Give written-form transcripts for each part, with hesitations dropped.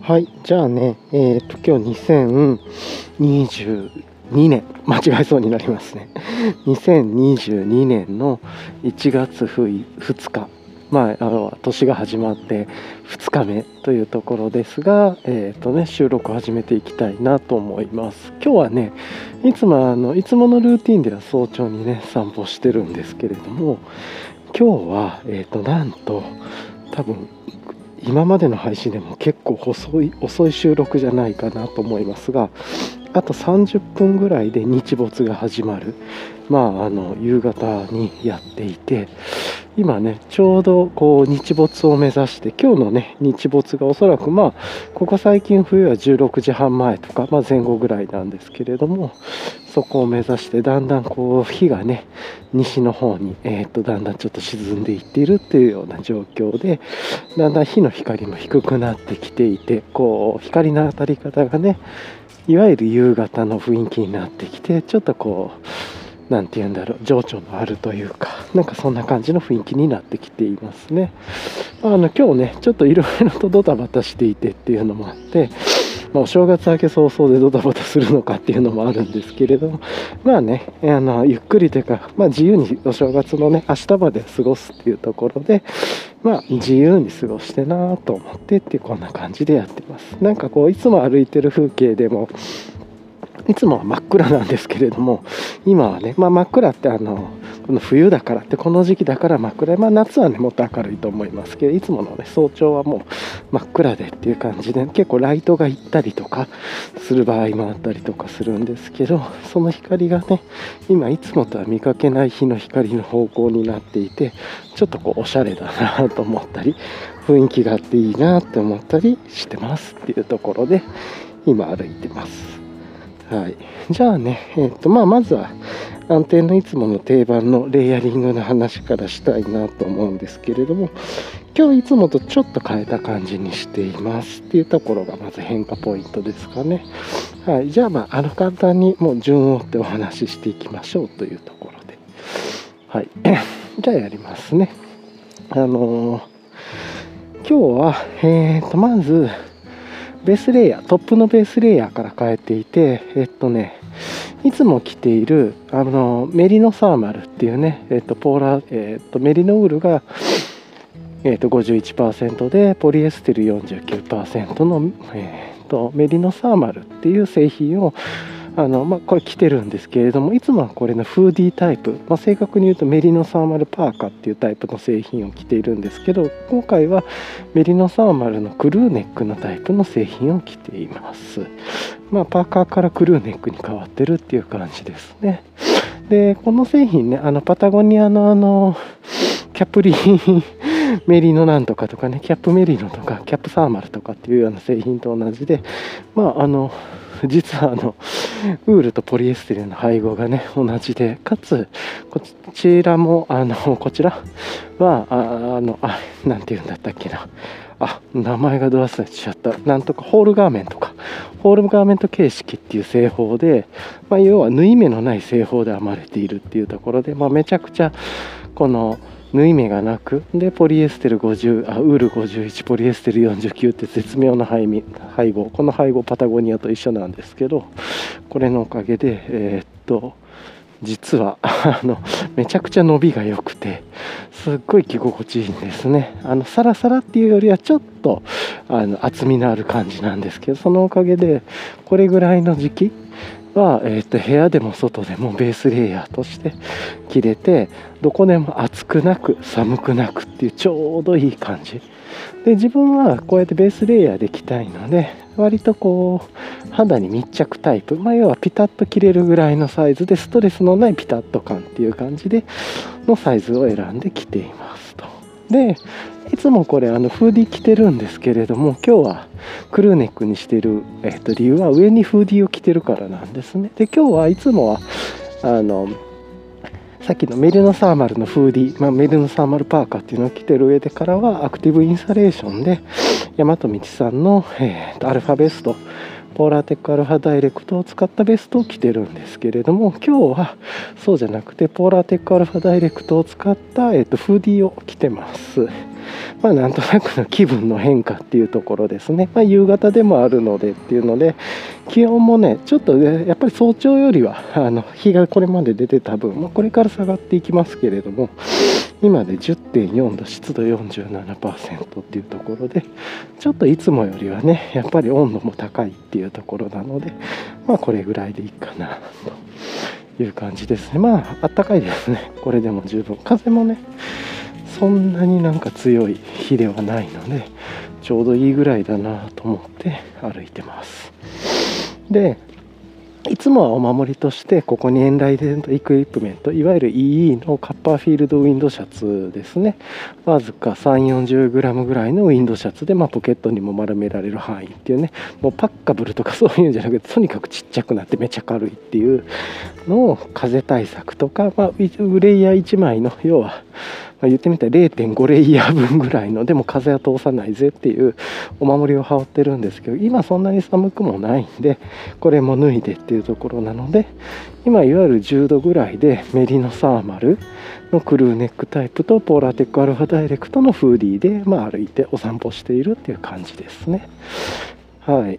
はい、じゃあね、今日2022年、間違えそうになりますね。2022年の1月2日、年が始まって2日目というところですが、収録を始めていきたいなと思います。今日はね、いつものルーティンでは早朝にね、散歩してるんですけれども、今日は、なんと、多分、今までの配信でも結構遅い収録じゃないかなと思いますが、あと30分ぐらいで日没が始まる、夕方にやっていて、今ねちょうどこう日没を目指して、今日のね日没がおそらくここ最近冬は16時半前とか、前後ぐらいなんですけれども、そこを目指してだんだんこう日がね西の方に、だんだんちょっと沈んでいっているっていうような状況で、だんだん日の光も低くなってきていて、こう光の当たり方がねいわゆる夕方の雰囲気になってきて、ちょっとこうなんて言うんだろう、情緒のあるというか、なんかそんな感じの雰囲気になってきていますね。今日ねちょっといろいろとドタバタしていてっていうのもあって、お正月明け早々でドタバタするのかっていうのもあるんですけれども、ゆっくりというか、自由にお正月のね明日まで過ごすっていうところで、自由に過ごしてなと思ってっていう、こんな感じでやってます。なんかこういつも歩いてる風景でもいつもは真っ暗なんですけれども、今はね、真っ暗ってこの冬だからって、この時期だから真っ暗、夏はねもっと明るいと思いますけど、いつものね早朝はもう真っ暗でっていう感じで、結構ライトが行ったりとかする場合もあったりとかするんですけど、その光がね今いつもとは見かけない日の光の方向になっていて、ちょっとこうおしゃれだなと思ったり、雰囲気があっていいなって思ったりしてますっていうところで今歩いてます。はい、じゃあね、まずは安定のいつもの定番のレイヤリングの話からしたいなと思うんですけれども、今日いつもとちょっと変えた感じにしていますっていうところがまず変化ポイントですかね。はい、じゃあ簡単にもう順を追ってお話ししていきましょうというところで、はい、じゃあやりますね。今日はまずベースレイヤー、トップのベースレイヤーから変えていて、いつも着ているメリノサーマルっていうね、メリノウールが51% でポリエステル 49% のメリノサーマルっていう製品をこれ着てるんですけれども、いつもはこれのフーディータイプ、正確に言うとメリノサーマルパーカっていうタイプの製品を着ているんですけど、今回はメリノサーマルのクルーネックのタイプの製品を着ています。パーカーからクルーネックに変わってるっていう感じですね。でこの製品ね、パタゴニアのキャップリメリノなんとかとかね、キャップメリノとかキャップサーマルとかっていうような製品と同じで、実はウールとポリエステルの配合がね同じで、かつこちらもこちらはなんていうんだったっけな、名前がど忘れしちゃった、なんとかホールガーメント形式っていう製法で、要は縫い目のない製法で編まれているっていうところで、めちゃくちゃこの縫い目がなくで、ポリエステル50、ウール51、ポリエステル49って絶妙な配合、この配合パタゴニアと一緒なんですけど、これのおかげで実はめちゃくちゃ伸びが良くて、すっごい着心地いいんですね。サラサラっていうよりはちょっと厚みのある感じなんですけど、そのおかげでこれぐらいの時期は、部屋でも外でもベースレイヤーとして着れて、どこでも暑くなく寒くなくっていうちょうどいい感じで、自分はこうやってベースレイヤーで着たいので、割とこう肌に密着タイプ、要はピタッと着れるぐらいのサイズで、ストレスのないピタッと感っていう感じでのサイズを選んで着ていますと。でいつもこれフーディー着てるんですけれども、今日はクルーネックにしてる、理由は上にフーディーを着てるからなんですね。で今日はいつもはさっきのメリノサーマルのフーディー、メリノサーマルパーカーっていうのを着てる上でからは、アクティブインサレーションで大和道さんの、アルファベスト、ポーラーテックアルファダイレクトを使ったベストを着てるんですけれども、今日はそうじゃなくてポーラーテックアルファダイレクトを使った、フーディーを着てます。 なんとなくの気分の変化っていうところですね。夕方でもあるのでっていうので、気温もねちょっとやっぱり早朝よりは日がこれまで出てた分、これから下がっていきますけれども、今で 10.4 度、湿度 47% っていうところで、ちょっといつもよりはねやっぱり温度も高いっていうところなので、これぐらいでいいかなという感じですね。あったかいですね。これでも十分、風もねそんなになんか強い日ではないので、ちょうどいいぐらいだなと思って歩いてます。で、いつもはお守りとしてここにエンライテントエクイプメント、いわゆる EE のカッパーフィールドウィンドシャツですね。わずか 3,40g ぐらいのウィンドシャツで、ポケットにも丸められる範囲っていうね、もうパッカブルとかそういうんじゃなくて、とにかくちっちゃくなってめちゃ軽いっていうのを風対策とか、ウレイヤー1枚の要は言ってみたら 0.5 レイヤー分ぐらいの、でも風は通さないぜっていうお守りを羽織ってるんですけど、今そんなに寒くもないんで、これも脱いでっていうところなので、今いわゆる10度ぐらいでメリノサーマルのクルーネックタイプとポーラーテックアルファダイレクトのフーディーで、歩いてお散歩しているっていう感じですね。はい。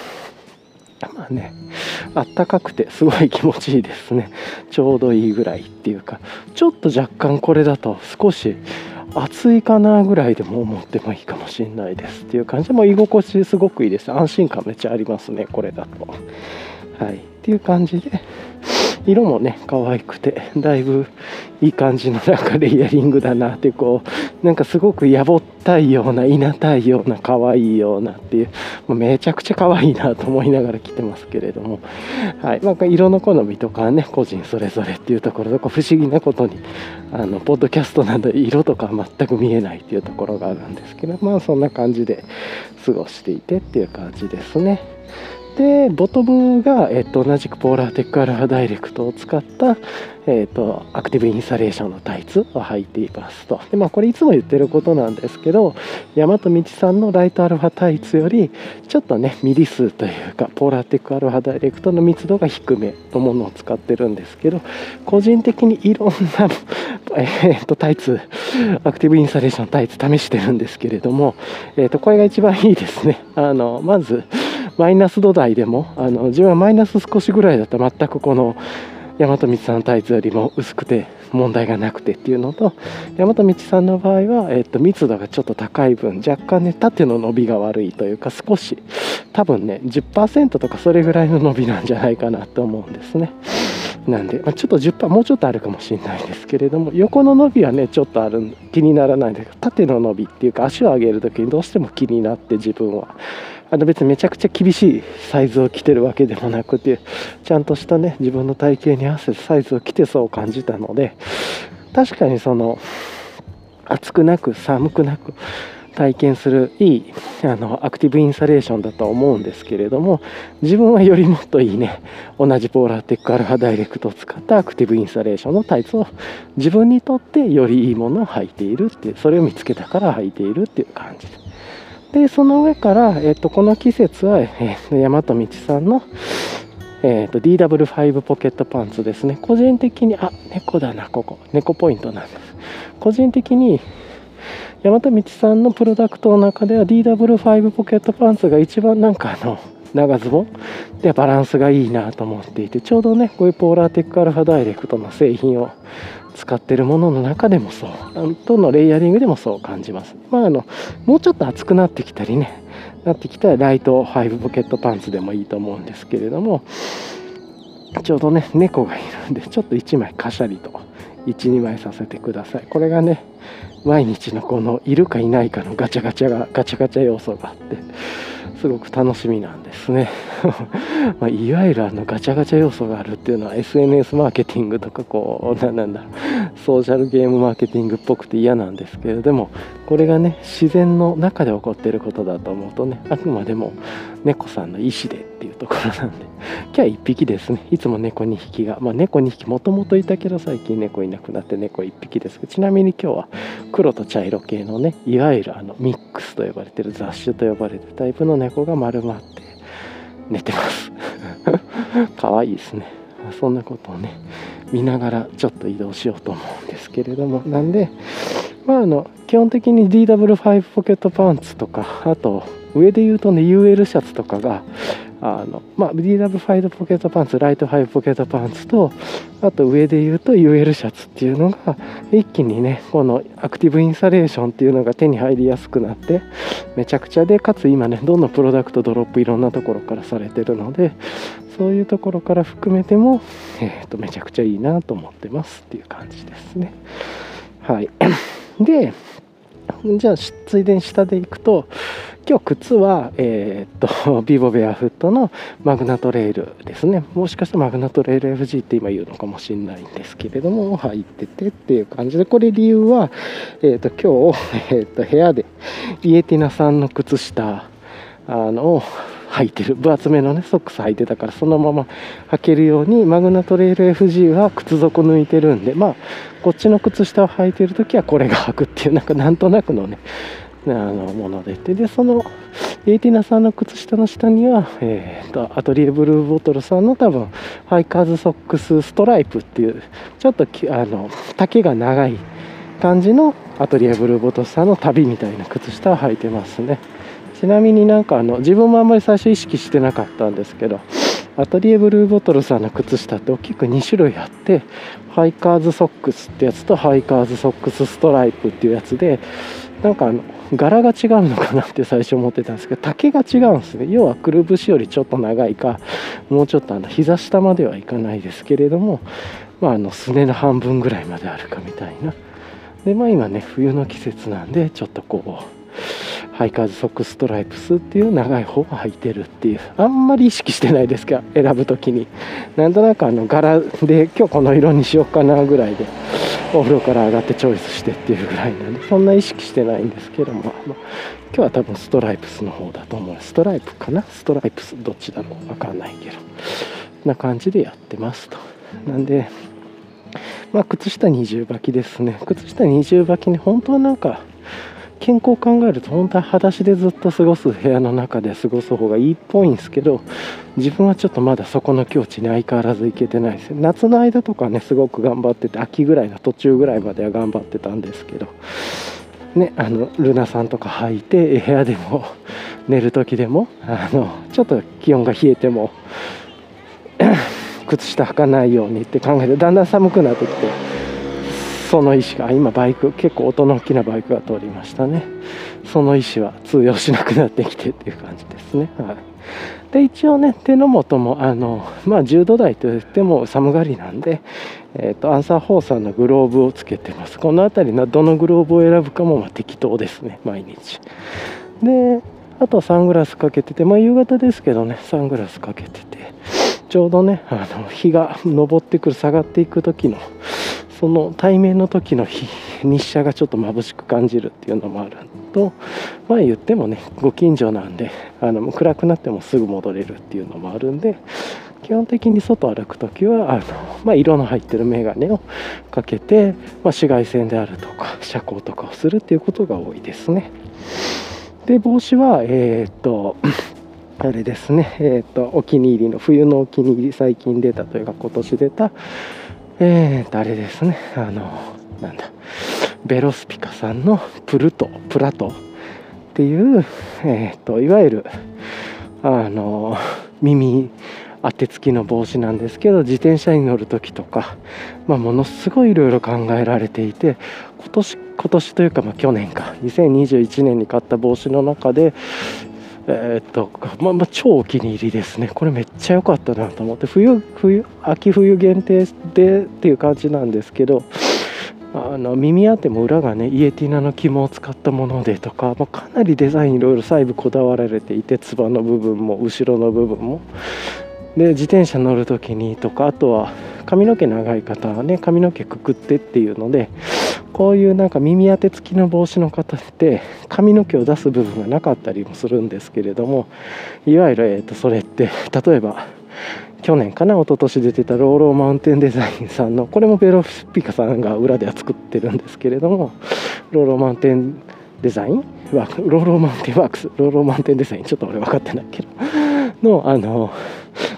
あったかくてすごい気持ちいいですね。ちょうどいいぐらいっていうか、ちょっと若干これだと少し暑いかなぐらいでも思ってもいいかもしれないですっていう感じで、も居心地すごくいいです。安心感めっちゃありますね、これだと。はい、っていう感じで、色もね可愛くて、だいぶいい感じのレイヤリングだなって、なんかすごくやぼったいような、いなたいような、可愛いようなっていう、めちゃくちゃ可愛いなと思いながら着てますけれども、はい、色の好みとかはね個人それぞれっていうところで、不思議なことにポッドキャストなど色とか全く見えないっていうところがあるんですけど、そんな感じで過ごしていてっていう感じですね。で、ボトムが、同じくポーラーテックアルファダイレクトを使った、アクティブインサレーションのタイツを履いていますと。で、これいつも言ってることなんですけど、大和道さんのライトアルファタイツよりちょっとねミリ数というか、ポーラーテックアルファダイレクトの密度が低めのものを使ってるんですけど、個人的にいろんなタイツ、アクティブインサレーションタイツ試してるんですけれども、これが一番いいですね。まずマイナス度台でも自分はマイナス少しぐらいだったら全くこの大和道さんのタイツよりも薄くて問題がなくてっていうのと、大和道さんの場合は、密度がちょっと高い分、若干ね縦の伸びが悪いというか、少し多分ね 10% とかそれぐらいの伸びなんじゃないかなと思うんですね。なんで、ちょっと 10%、もうちょっとあるかもしれないですけれども、横の伸びはねちょっとある、気にならないんですけど、縦の伸びっていうか足を上げるときにどうしても気になって、自分は別にめちゃくちゃ厳しいサイズを着てるわけでもなくて、ちゃんとしたね自分の体型に合わせたサイズを着てそう感じたので、確かにその暑くなく寒くなく体験するいいアクティブインサレーションだと思うんですけれども、自分はよりもっといいね、同じポーラーテックアルファダイレクトを使ったアクティブインサレーションのタイツを自分にとってよりいいものを履いているっていう、それを見つけたから履いているっていう感じです。で、その上から、この季節は、大和道さんの、DW5 ポケットパンツですね。個人的に、猫だな、ここ。猫ポイントなんです。個人的に、大和道さんのプロダクトの中では DW5 ポケットパンツが一番長ズボンでバランスがいいなと思っていて、ちょうどね、こういうポーラーテックアルファダイレクトの製品を使ってるものの中でもそう、とのレイヤリングでもそう感じます。もうちょっと暑くなってきたりね、なってきたらライト5ポケットパンツでもいいと思うんですけれども、ちょうどね、猫がいるんで、ちょっと1枚カシャリと1、2枚させてください。これがね、毎日のこのいるかいないかのガチャガチャ要素があって、すごく楽しみなんですね。いわゆるガチャガチャ要素があるっていうのは SNS マーケティングとかソーシャルゲームマーケティングっぽくて嫌なんですけれども、これがね自然の中で起こっていることだと思うとね、あくまでも猫さんの意思でっていうところなんで、今日は1匹ですね。いつも猫2匹が、猫2匹もともといたけど最近猫いなくなって猫1匹ですけど、ちなみに今日は黒と茶色系のね、いわゆるミックスと呼ばれてる雑種と呼ばれるタイプの猫が丸まって寝てます可愛いですね。そんなことをね見ながらちょっと移動しようと思うんですけれども、なんで基本的に DW5 ポケットパンツとか、あと上で言うとね UL シャツとかがDW5 ポケットパンツ、ライト5ポケットパンツと、あと上で言うと UL シャツっていうのが一気にね、このアクティブインサレーションっていうのが手に入りやすくなってめちゃくちゃで、かつ今ねどんどんプロダクトドロップいろんなところからされてるので、そういうところから含めても、めちゃくちゃいいなと思ってますっていう感じですね。はいで、じゃあついでに下でいくと、今日靴はビボベアフットのマグナトレイルですね。もしかしたらマグナトレイル FG って今言うのかもしれないんですけれども、入っててっていう感じで、これ理由は今日部屋でイエティナさんの靴下を履いてる、分厚めのねソックス履いてたから、そのまま履けるようにマグナトレイル FG は靴底抜いてるんで、こっちの靴下を履いてる時はこれが履くっていう、なんとなくのねもので、そのイエティナさんの靴下の下には、アトリエブルーボトルさんの多分ハイカーズソックスストライプっていう、ちょっと丈が長い感じのアトリエブルーボトルさんの旅みたいな靴下を履いてますね。ちなみに自分もあんまり最初意識してなかったんですけど、アトリエブルーボトルさんの靴下って大きく2種類あって、ハイカーズソックスってやつとハイカーズソックスストライプっていうやつで、柄が違うのかなって最初思ってたんですけど、丈が違うんですね。要はくるぶしよりちょっと長いか、もうちょっと膝下まではいかないですけれども、すねの半分ぐらいまであるかみたいな。で今ね冬の季節なんで、ちょっとハイカーズソックスストライプスっていう長い方を履いてるっていう、あんまり意識してないですが、選ぶときになんとなく柄で今日この色にしようかなぐらいでお風呂から上がってチョイスしてっていうぐらいなんで、そんな意識してないんですけども、今日は多分ストライプスの方だと思う。ストライプかな、ストライプスどっちだろう分かんないけど、な感じでやってますと。なんで靴下二重履きですね。靴下二重履きに本当は健康を考えると本当は裸足でずっと過ごす、部屋の中で過ごす方がいいっぽいんですけど、自分はちょっとまだそこの境地に相変わらず行けてないです。夏の間とかねすごく頑張ってて、秋ぐらいの途中ぐらいまでは頑張ってたんですけどね、ルナさんとか履いて部屋でも寝る時でもちょっと気温が冷えても靴下履かないようにって考えて、だんだん寒くなってきて、その意思が今結構音の大きなバイクが通りましたね。その意思は通用しなくなってきてっていう感じですね。はい、で一応ね手の元も10度台といっても寒がりなんで、アンサー4さんのグローブをつけてます。この辺りのどのグローブを選ぶかも適当ですね、毎日。であとサングラスかけてて、夕方ですけどねサングラスかけてて、ちょうどね日が昇ってくる下がっていく時のその対面の時の日射がちょっと眩しく感じるっていうのもあると、言ってもねご近所なんで暗くなってもすぐ戻れるっていうのもあるんで、基本的に外歩く時は色の入ってる眼鏡をかけて、紫外線であるとか遮光とかをするっていうことが多いですね。で帽子はあれですね、お気に入りの冬のお気に入り、最近出たというか今年出たあれですね、ベロスピカさんのプラトっていう、いわゆる耳当て付きの帽子なんですけど、自転車に乗る時とか、ものすごいいろいろ考えられていて、今年というか去年か2021年に買った帽子の中で超お気に入りですね。これめっちゃ良かったなと思って、秋冬限定でっていう感じなんですけど、耳当ても裏がねイエティナの紐を使ったものでとか、かなりデザインいろいろ細部こだわられていて、つばの部分も後ろの部分もで、自転車乗る時にとか、あとは髪の毛長い方はね髪の毛くくってっていうので、こういう耳当て付きの帽子の方って髪の毛を出す部分がなかったりもするんですけれども、いわゆるそれって例えば去年かな一昨年出てたローローマウンテンデザインさんの、これもベロスピカさんが裏では作ってるんですけれども、ローローマウンテンデザインローローマウンテンワークス、ローローマウンテンデザインちょっと俺分かってないけどの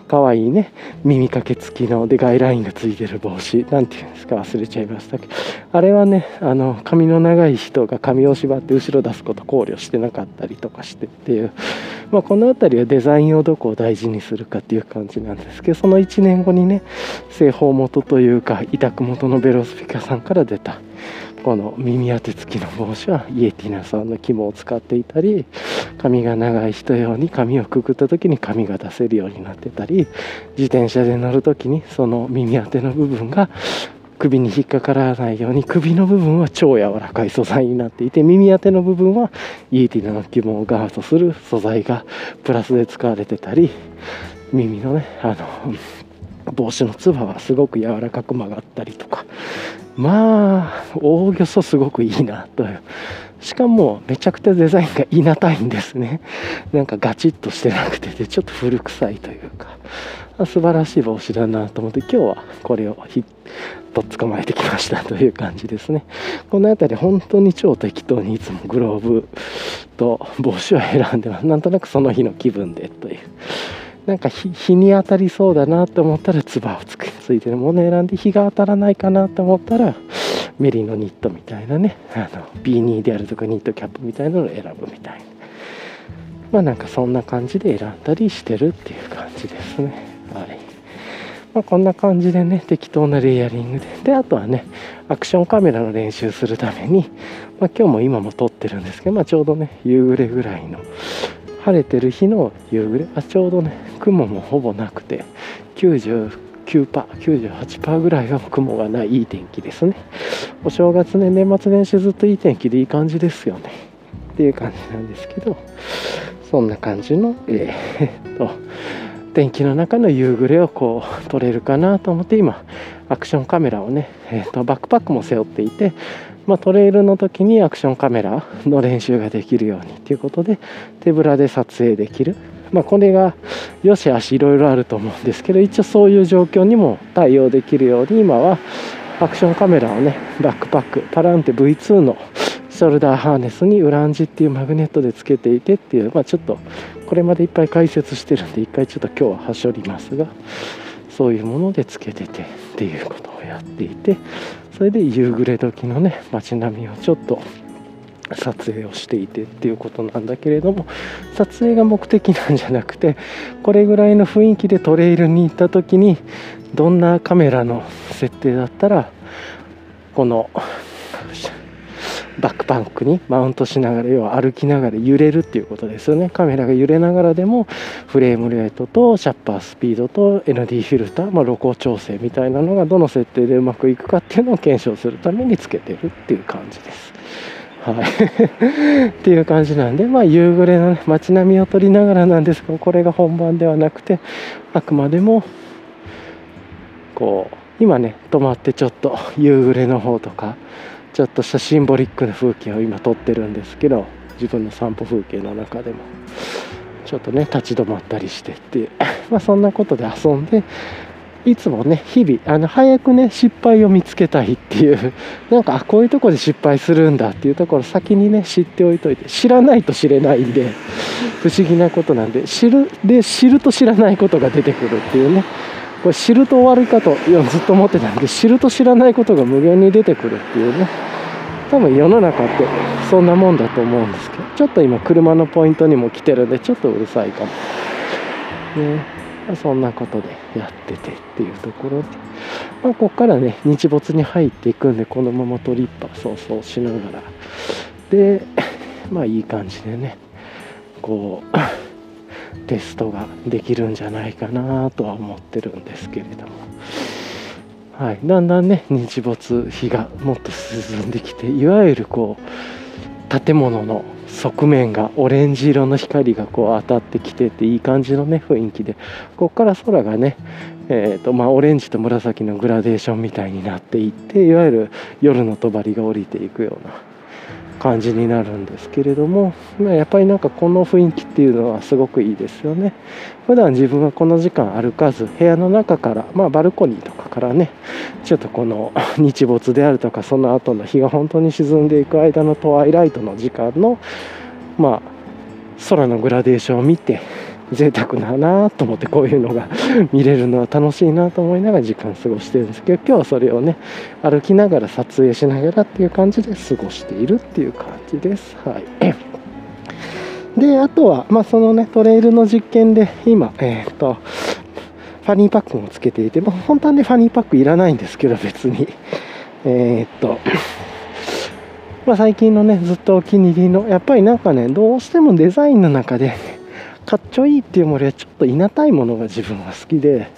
かわいいね耳掛け付きのでガイラインがついてる帽子なんていうんですか忘れちゃいましたけど、あれはね髪の長い人が髪を縛って後ろ出すこと考慮してなかったりとかしてっていう、この辺りはデザインをどこを大事にするかっていう感じなんですけど、その1年後にね製法元というか委託元のベロスピカさんから出たこの耳当て付きの帽子はイエティナさんの肝を使っていたり、髪が長い人用に髪をくくった時に髪が出せるようになってたり、自転車で乗る時にその耳当ての部分が首に引っかからないように首の部分は超柔らかい素材になっていて、耳当ての部分はイエティナの肝をガードする素材がプラスで使われてたり、耳のね帽子のつばはすごく柔らかく曲がったりとか、おおよそすごくいいなという。しかもめちゃくちゃデザインがいなたいんですね。なんかガチッとしてなくてちょっと古臭いというか、素晴らしい帽子だなと思って今日はこれをと捕まえてきましたという感じですね。この辺り本当に超適当にいつもグローブと帽子を選んでます。なんとなくその日の気分でという。なんか日に当たりそうだなと思ったらつばをついてるものを選んで、日が当たらないかなと思ったらメリノニットみたいなねビーニーであるとかニットキャップみたいなのを選ぶみたいな、なんかそんな感じで選んだりしてるっていう感じですね。はい。こんな感じでね適当なレイヤリングであとはねアクションカメラの練習するために、今日も今も撮ってるんですけど、ちょうどね夕暮れぐらいの晴れてる日の夕暮れ、ちょうどね雲もほぼなくて99%、98% ぐらいは雲がないいい天気ですね。お正月ね年末年始ずっといい天気でいい感じですよねっていう感じなんですけど、そんな感じの天気の中の夕暮れをこう撮れるかなと思って今アクションカメラをね、バックパックも背負っていて、トレイルの時にアクションカメラの練習ができるようにということで手ぶらで撮影できる、これがよしあしいろいろあると思うんですけど、一応そういう状況にも対応できるように今はアクションカメラをねバックパックパランテ V2 のショルダーハーネスにウランジっていうマグネットでつけていてっていう、ちょっとこれまでいっぱい解説してるんで一回ちょっと今日ははしょりますが、そういうものでつけててっていうことをやっていて、それで夕暮れ時のね街並みをちょっと撮影をしていてっていうことなんだけれども、撮影が目的なんじゃなくて、これぐらいの雰囲気でトレイルに行った時にどんなカメラの設定だったらこのバックパックにマウントしながら、要は歩きながら揺れるっていうことですよね。カメラが揺れながらでもフレームレートとシャッタースピードと ND フィルター、露光調整みたいなのがどの設定でうまくいくかっていうのを検証するためにつけてるっていう感じです。はいっていう感じなんで、夕暮れの、ね、街並みを撮りながらなんですが、これが本番ではなくてあくまでもこう今ね止まってちょっと夕暮れの方とかちょっとしたシンボリックな風景を今撮ってるんですけど、自分の散歩風景の中でもちょっとね立ち止まったりしてっていうそんなことで遊んで、いつもね日々早くね失敗を見つけたいっていう、なんかこういうとこで失敗するんだっていうところ先にね知っておいといて、知らないと知れないんで不思議なことなんで、知ると知らないことが出てくるっていうね、これ知ると終わるかとずっと思ってたんで、知ると知らないことが無限に出てくるっていうね、多分世の中ってそんなもんだと思うんですけど、ちょっと今車のポイントにも来てるんでちょっとうるさいかもね。そんなことでやっててっていうところで、ここからね日没に入っていくんで、このままトリッパーそうしながらでいい感じでねこうテストができるんじゃないかなとは思ってるんですけれども、だんだんね日没日がもっと進んできて、いわゆるこう建物の側面がオレンジ色の光がこう当たってきてていい感じのね雰囲気で、ここから空がねオレンジと紫のグラデーションみたいになっていって、いわゆる夜の帳が降りていくような感じになるんですけれども、やっぱりなんかこの雰囲気っていうのはすごくいいですよね。普段自分はこの時間歩かず部屋の中からバルコニーとかからねちょっとこの日没であるとかその後の日が本当に沈んでいく間のトワイライトの時間の空のグラデーションを見て、 贅沢だなと思って、こういうのが見れるのは楽しいなと思いながら時間過ごしてるんですけど、今日はそれをね歩きながら撮影しながらっていう感じで過ごしているっていう感じです。はい。であとはそのねトレイルの実験で今ファニーパックもつけていて、本当はねファニーパックいらないんですけど、別に最近のねずっとお気に入りの、やっぱりなんかねどうしてもデザインの中でかっちょいいっていうよりはちょっといなたいものが自分は好きで、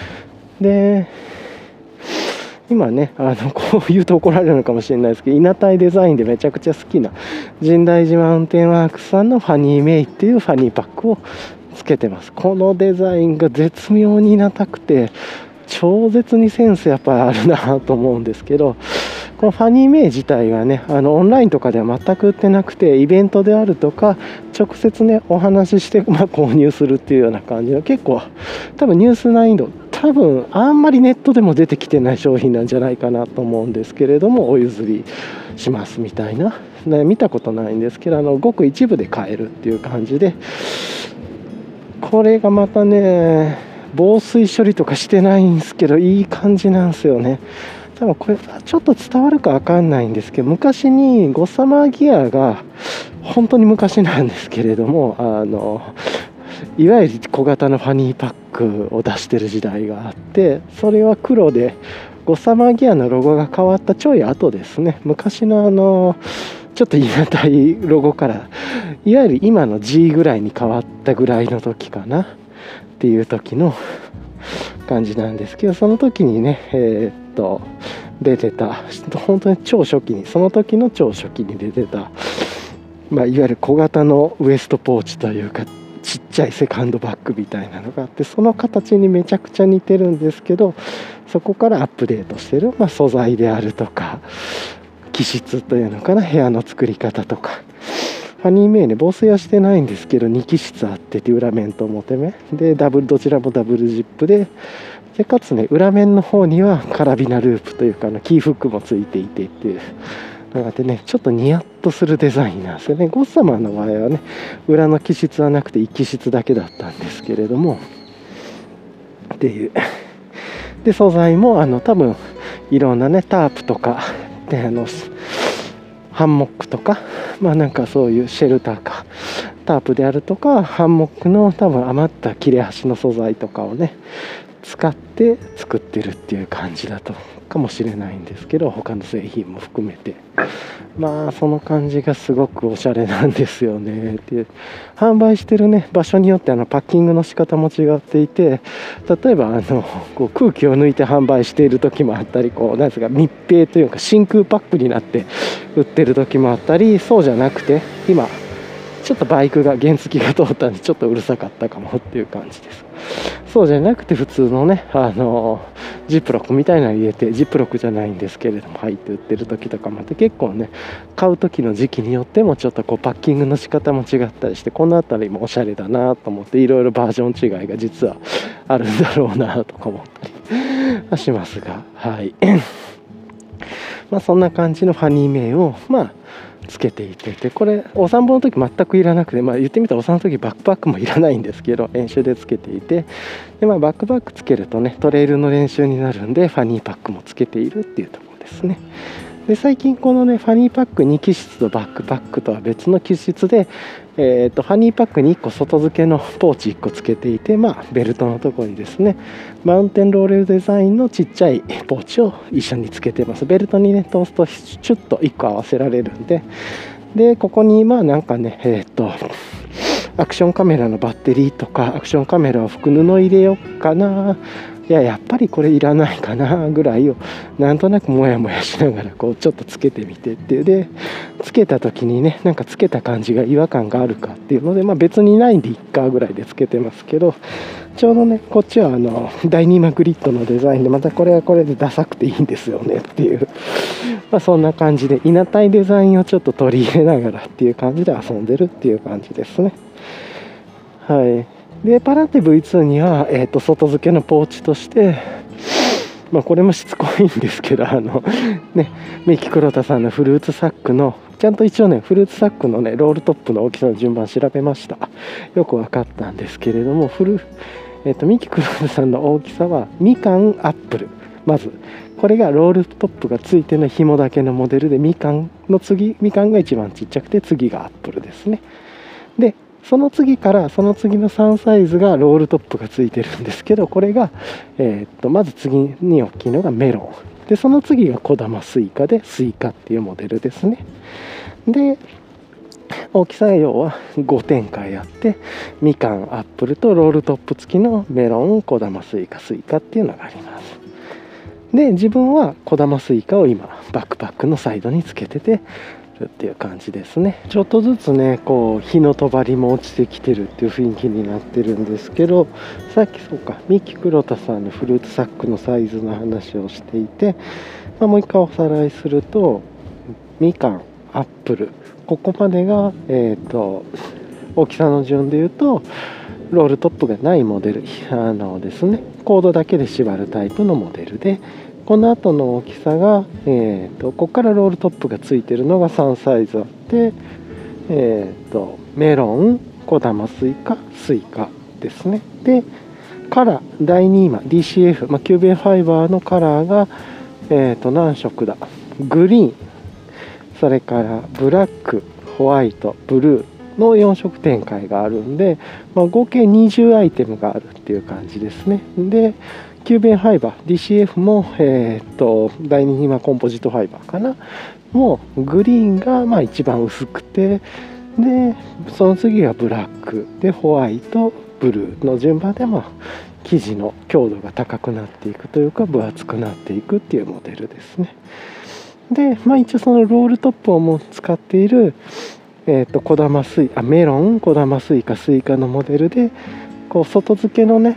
今ねこう言うと怒られるのかもしれないですけど、いなたいデザインでめちゃくちゃ好きな深大寺マウンテンワークスさんのファニーメイっていうファニーパックをつけてます。このデザインが絶妙にいなたくて超絶にセンスやっぱりあるなと思うんですけど、このファニーメイ自体はねオンラインとかでは全く売ってなくて、イベントであるとか直接ねお話しして、購入するっていうような感じの、結構多分ニュース難易度多分あんまりネットでも出てきてない商品なんじゃないかなと思うんですけれども、お譲りしますみたいな、見たことないんですけどごく一部で買えるっていう感じで、これがまたね防水処理とかしてないんですけどいい感じなんですよね。多分これちょっと伝わるか分かんないんですけど、昔にゴッサマーギアが本当に昔なんですけれどもいわゆる小型のファニーパックを出してる時代があって、それは黒でゴッサマーギアのロゴが変わったちょい後ですね。昔のちょっといなたいロゴからいわゆる今の G ぐらいに変わったぐらいの時かなっていう時の感じなんですけど、その時にね出てた本当に超初期に、その時の超初期に出てた、いわゆる小型のウエストポーチというかちっちゃいセカンドバッグみたいなのがあって、その形にめちゃくちゃ似てるんですけど、そこからアップデートしてる、素材であるとか気質というのかな、部屋の作り方とか、ファニーメイね防水はしてないんですけど2気質あってて、裏面と表面でどちらもダブルジップでかつね裏面の方にはカラビナループというかキーフックもついていてっていうのがあってね、ちょっとニヤッとするデザインなんですよね。ゴッサマーの場合はね裏の気質はなくて1気質だけだったんですけれどもっていうで、素材も多分いろんなねタープとかでハンモックとかなんかそういうシェルターかタープであるとかハンモックの多分余った切れ端の素材とかをね使って作ってるっていう感じだとかもしれないんですけど、他の製品も含めてその感じがすごくおしゃれなんですよねっていう。販売してるね場所によってパッキングの仕方も違っていて、例えばこう空気を抜いて販売している時もあったり、なんですか密閉というか真空パックになって売ってる時もあったり、そうじゃなくて今ちょっとバイクが原付が通ったんでちょっとうるさかったかもっていう感じです。そうじゃなくて普通のねジップロックみたいなの入れて、ジップロックじゃないんですけれども入って売ってる時とかもあって、結構ね買う時の時期によってもちょっとパッキングの仕方も違ったりして、この辺りもおしゃれだなと思って、いろいろバージョン違いが実はあるんだろうなとか思ったりはしますが、はいそんな感じのファニーメイをつけていて、これお散歩の時全くいらなくて、言ってみたらお散歩の時バックパックもいらないんですけど練習でつけていて、でバックパックつけるとねトレイルの練習になるんでファニーパックもつけているっていうところですね。で最近このねファニーパック2気質とバックパックとは別の気質で、ファニーパックに1個外付けのポーチ1個つけていて、ベルトのところにですねマウンテンローレルデザインのちっちゃいポーチを一緒につけてます。ベルトにね通すとチュッと1個合わせられるんで、ここになんかねアクションカメラのバッテリーとかアクションカメラを拭く布入れようかな、やっぱりこれいらないかなぐらいをなんとなくモヤモヤしながらちょっとつけてみてっていう、でつけた時にねなんかつけた感じが違和感があるかっていうので、別にないんでいっかぐらいでつけてますけど、ちょうどねこっちはダイニーマグリッドのデザインで、またこれはこれでダサくていいんですよねっていうそんな感じでいなたいデザインをちょっと取り入れながらっていう感じで遊んでるっていう感じですね。はい。でパラテ V2 には、外付けのポーチとしてまあこれもしつこいんですけど、ね、三木黒田さんのフルーツサックのちゃんと一応ねフルーツサックのねロールトップの大きさの順番調べました。よく分かったんですけれども、三木黒田さんの大きさはみかんアップル、まずこれがロールトップがついての紐だけのモデルで、みかんが一番ちっちゃくて次がアップルですね。でその次からその次の3サイズがロールトップがついてるんですけど、これが、まず次に大きいのがメロンで、その次が小玉スイカでスイカっていうモデルですね。で大きさが要は5展開あって、みかんアップルとロールトップ付きのメロン小玉スイカっていうのがあります。で自分は小玉スイカを今バックパックのサイドにつけててっていう感じですね。ちょっとずつねこう日のとばりも落ちてきてるっていう雰囲気になってるんですけど、さっきそうか三木黒田さんのフルーツサックのサイズの話をしていて、もう一回おさらいすると、みかんアップルここまでが大きさの順でいうとロールトップがないモデルですね、コードだけで縛るタイプのモデルで、この後の大きさが、ここからロールトップがついてるのが3サイズあって、メロン、小玉スイカですね。でカラー第2今 DCF、キューベンファイバーのカラーが、何色だ、グリーン、それからブラック、ホワイト、ブルーの4色展開があるんで、合計20アイテムがあるっていう感じですね。でキューベンファイバー DCF も、第2今コンポジットファイバーかな、もうグリーンが一番薄くて、でその次がブラックでホワイト、ブルーの順番で生地の強度が高くなっていくというか分厚くなっていくっていうモデルですね。で一応そのロールトップをも使っている小玉メロン、小玉スイカのモデルで、こう外付けのね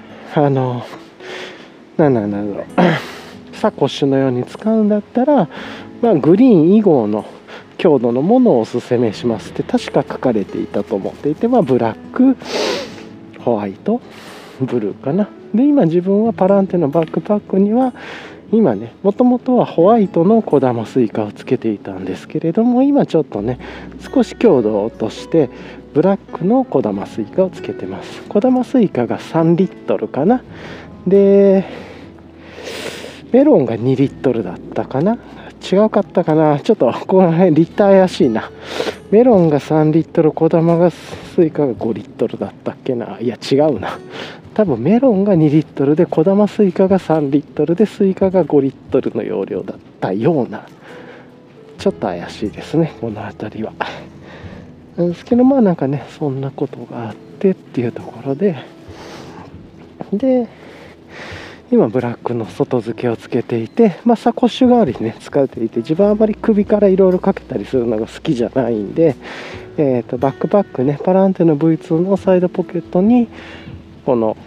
何なんだろうサコッシュのように使うんだったら、グリーン以後の強度のものをおすすめしますって確か書かれていたと思っていて、ブラック、ホワイト、ブルーかな。で今自分はパランテのバックパックには今ね、もともとはホワイトの小玉スイカをつけていたんですけれども、今ちょっとね少し強度を落としてブラックの小玉スイカをつけてます。小玉スイカが3リットルかな。でメロンが2リットルだったかな、違うかったかな、ちょっとこの辺リッター怪しいな。メロンが3リットル、小玉がスイカが5リットルだったっけな、いや違うな、多分メロンが2リットルで小玉スイカが3リットルでスイカが5リットルの容量だったような、ちょっと怪しいですねこの辺りは。なんですけどなんかねそんなことがあってっていうところで今ブラックの外付けをつけていて、サコッシュ代わりにね使っていて、自分はあまり首からいろいろかけたりするのが好きじゃないんで、バックパックねパランテの V2 のサイドポケットにこの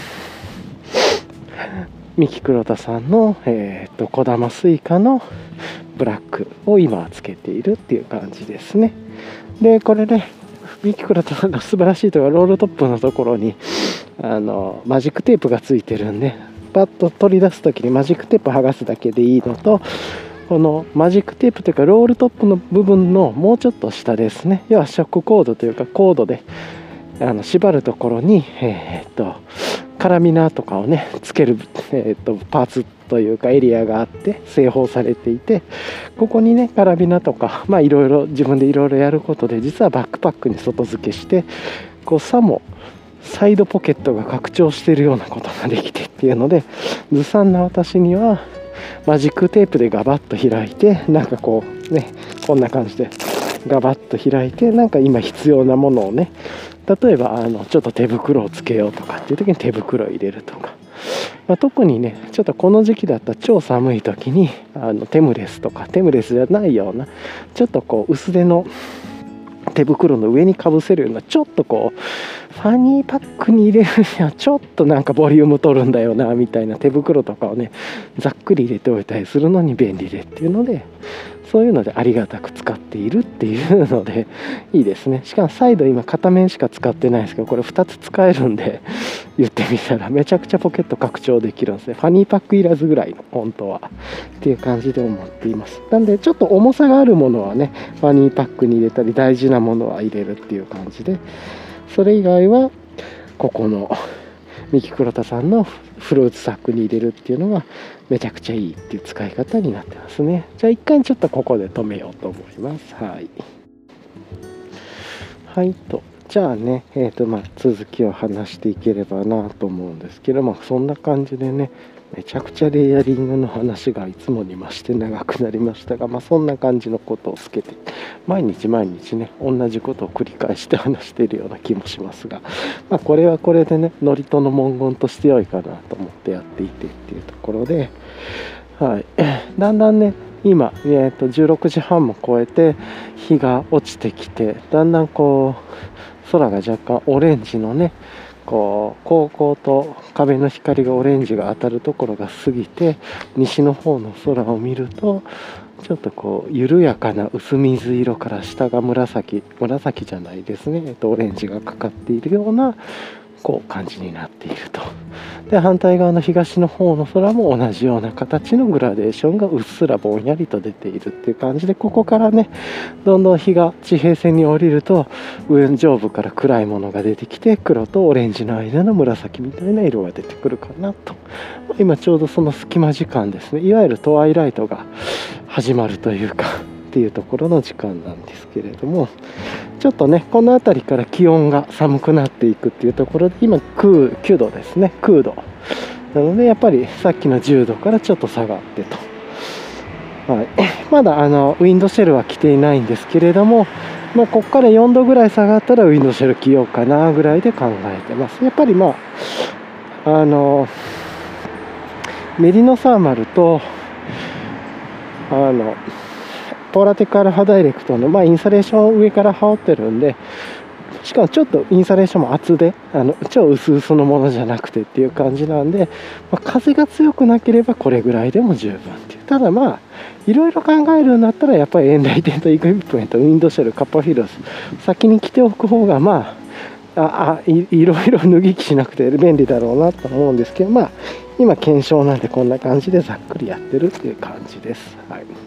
三木黒田さんの、小玉スイカのブラックを今つけているっていう感じですね。でこれね三木黒田さんの素晴らしいところ、ロールトップのところにマジックテープがついてるんで、パッと取り出す時にマジックテープ剥がすだけでいいのと、このマジックテープというかロールトップの部分のもうちょっと下ですね、要はショックコードというかコードで縛るところに、カラビナとかをねつける、パーツというかエリアがあって製法されていて、ここにねカラビナとかいろいろ自分でいろいろやることで、実はバックパックに外付けしてさもサイドポケットが拡張しているようなことができてっていうので、ずさんな私にはマジックテープでガバッと開いて、こんな感じでガバッと開いて、今必要なものをね、例えばちょっと手袋をつけようとかっていう時に手袋を入れるとか、特にねちょっとこの時期だったら超寒い時にテムレスとかテムレスじゃないようなちょっと薄手の手袋の上にかぶせるような、ちょっとファニーパックに入れるにはちょっとボリューム取るんだよなみたいな手袋とかをねざっくり入れておいたりするのに便利でっていうのでそういうのでありがたく使っているっていうのでいいですね。しかもサイド今片面しか使ってないですけど、これ2つ使えるんで言ってみたらめちゃくちゃポケット拡張できるんですね。ファニーパックいらずぐらいの本当はっていう感じで思っています。なんでちょっと重さがあるものはねファニーパックに入れたり、大事なものは入れるっていう感じで、それ以外はここのミキクロタさんのフルーツサックに入れるっていうのがめちゃくちゃいいっていう使い方になってますね。じゃあ一回ちょっとここで止めようと思います。はいはいと、じゃあね続きを話していければなと思うんですけど、そんな感じでね、めちゃくちゃレイヤリングの話がいつもに増して長くなりましたが、そんな感じのことをつけて毎日ね同じことを繰り返して話しているような気もしますが、これはこれでねノリとの文言として良いかなと思ってやっていてっていうところで、だんだんね今、16時半も超えて日が落ちてきて、だんだんこう空が若干オレンジのねこう高校と壁の光がオレンジが当たるところが過ぎて、西の方の空を見るとちょっとこう緩やかな薄水色から下が紫じゃないですね、オレンジがかかっているようなこう感じになっていると。で反対側の東の方の空も同じような形のグラデーションがうっすらぼんやりと出ているっていう感じで、ここからねどんどん日が地平線に降りると上上部から暗いものが出てきて、黒とオレンジの間の紫みたいな色が出てくるかなと。今ちょうどその隙間時間ですね、いわゆるトワイライトが始まるというかっていうところの時間なんですけれども、ちょっとねこの辺りから気温が寒くなっていくっていうところで、今9度ですね、9度なのでやっぱりさっきの10度からちょっと下がってと、まだウィンドシェルは着ていないんですけれども、ここから4度ぐらい下がったらウィンドシェル着ようかなぐらいで考えてます。やっぱりメリノサーマルとポーラテックアルファダイレクトの、インサレーションを上から羽織ってるんで、しかもちょっとインサレーションも厚で超薄々のものじゃなくてっていう感じなんで、風が強くなければこれぐらいでも十分っていう。ただいろいろ考えるんだったらやっぱりエンライテントエクイプメント、ウィンドシェル、カッパフィロス先に着ておく方がいろいろ脱ぎ着しなくて便利だろうなと思うんですけど、今検証なんでこんな感じでざっくりやってるっていう感じです。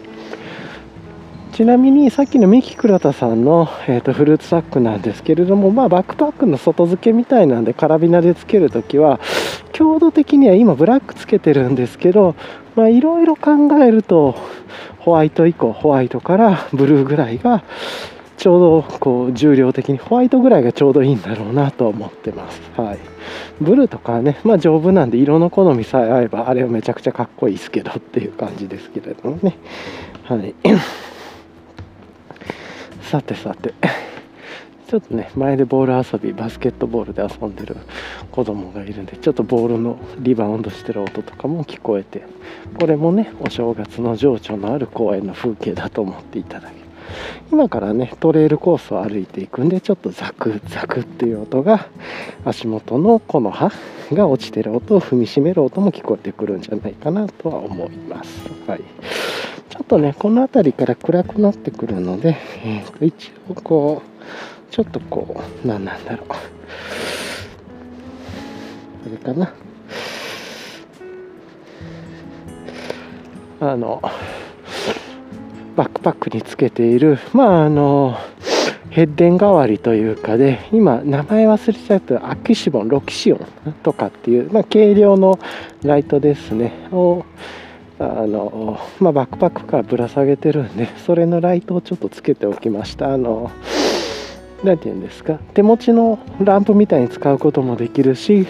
ちなみにさっきのミキクラタさんの、フルーツサックなんですけれども、バックパックの外付けみたいなんでカラビナでつけるときは強度的には今ブラックつけてるんですけど、いろいろ考えるとホワイトからブルーぐらいがちょうどこう重量的にホワイトぐらいがちょうどいいんだろうなと思ってます。ブルーとかはね丈夫なんで色の好みさえ合えばあれはめちゃくちゃかっこいいですけどっていう感じですけれどもね。さてちょっとね前でボール遊び、バスケットボールで遊んでる子供がいるんで、ちょっとボールのリバウンドしてる音とかも聞こえて、これもねお正月の情緒のある公園の風景だと思っていただける。今からねトレイルコースを歩いていくんで、ちょっとザクザクっていう音が、足元の木の葉が落ちてる音を踏みしめる音も聞こえてくるんじゃないかなとは思います。ちょっとねこの辺りから暗くなってくるので、一応こうちょっとこうなんだろう、これかな、バックパックにつけているヘッデン代わりというかで、今名前忘れちゃうとアキシボン、ロキシオンとかっていう、軽量のライトですねをバックパックからぶら下げてるんで、それのライトをちょっとつけておきました。なんていうんですか、手持ちのランプみたいに使うこともできるし、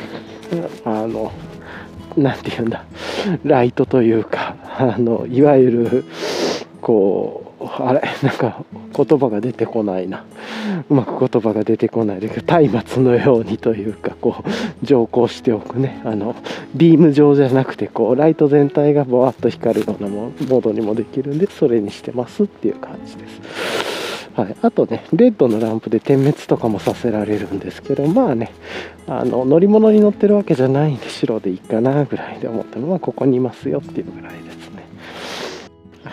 なんていうんだ、ライトというかいわゆるこうなんか言葉が出てこないな、うまく言葉が出てこないで、松明のようにというか、こう乗光しておくね、ビーム状じゃなくてこうライト全体がボワッと光るようなモードにもできるんで、それにしてますっていう感じです。あとねレッドのランプで点滅とかもさせられるんですけど、乗り物に乗ってるわけじゃないんで白でいいかなぐらいで思っても、ここにいますよっていうぐらいですね。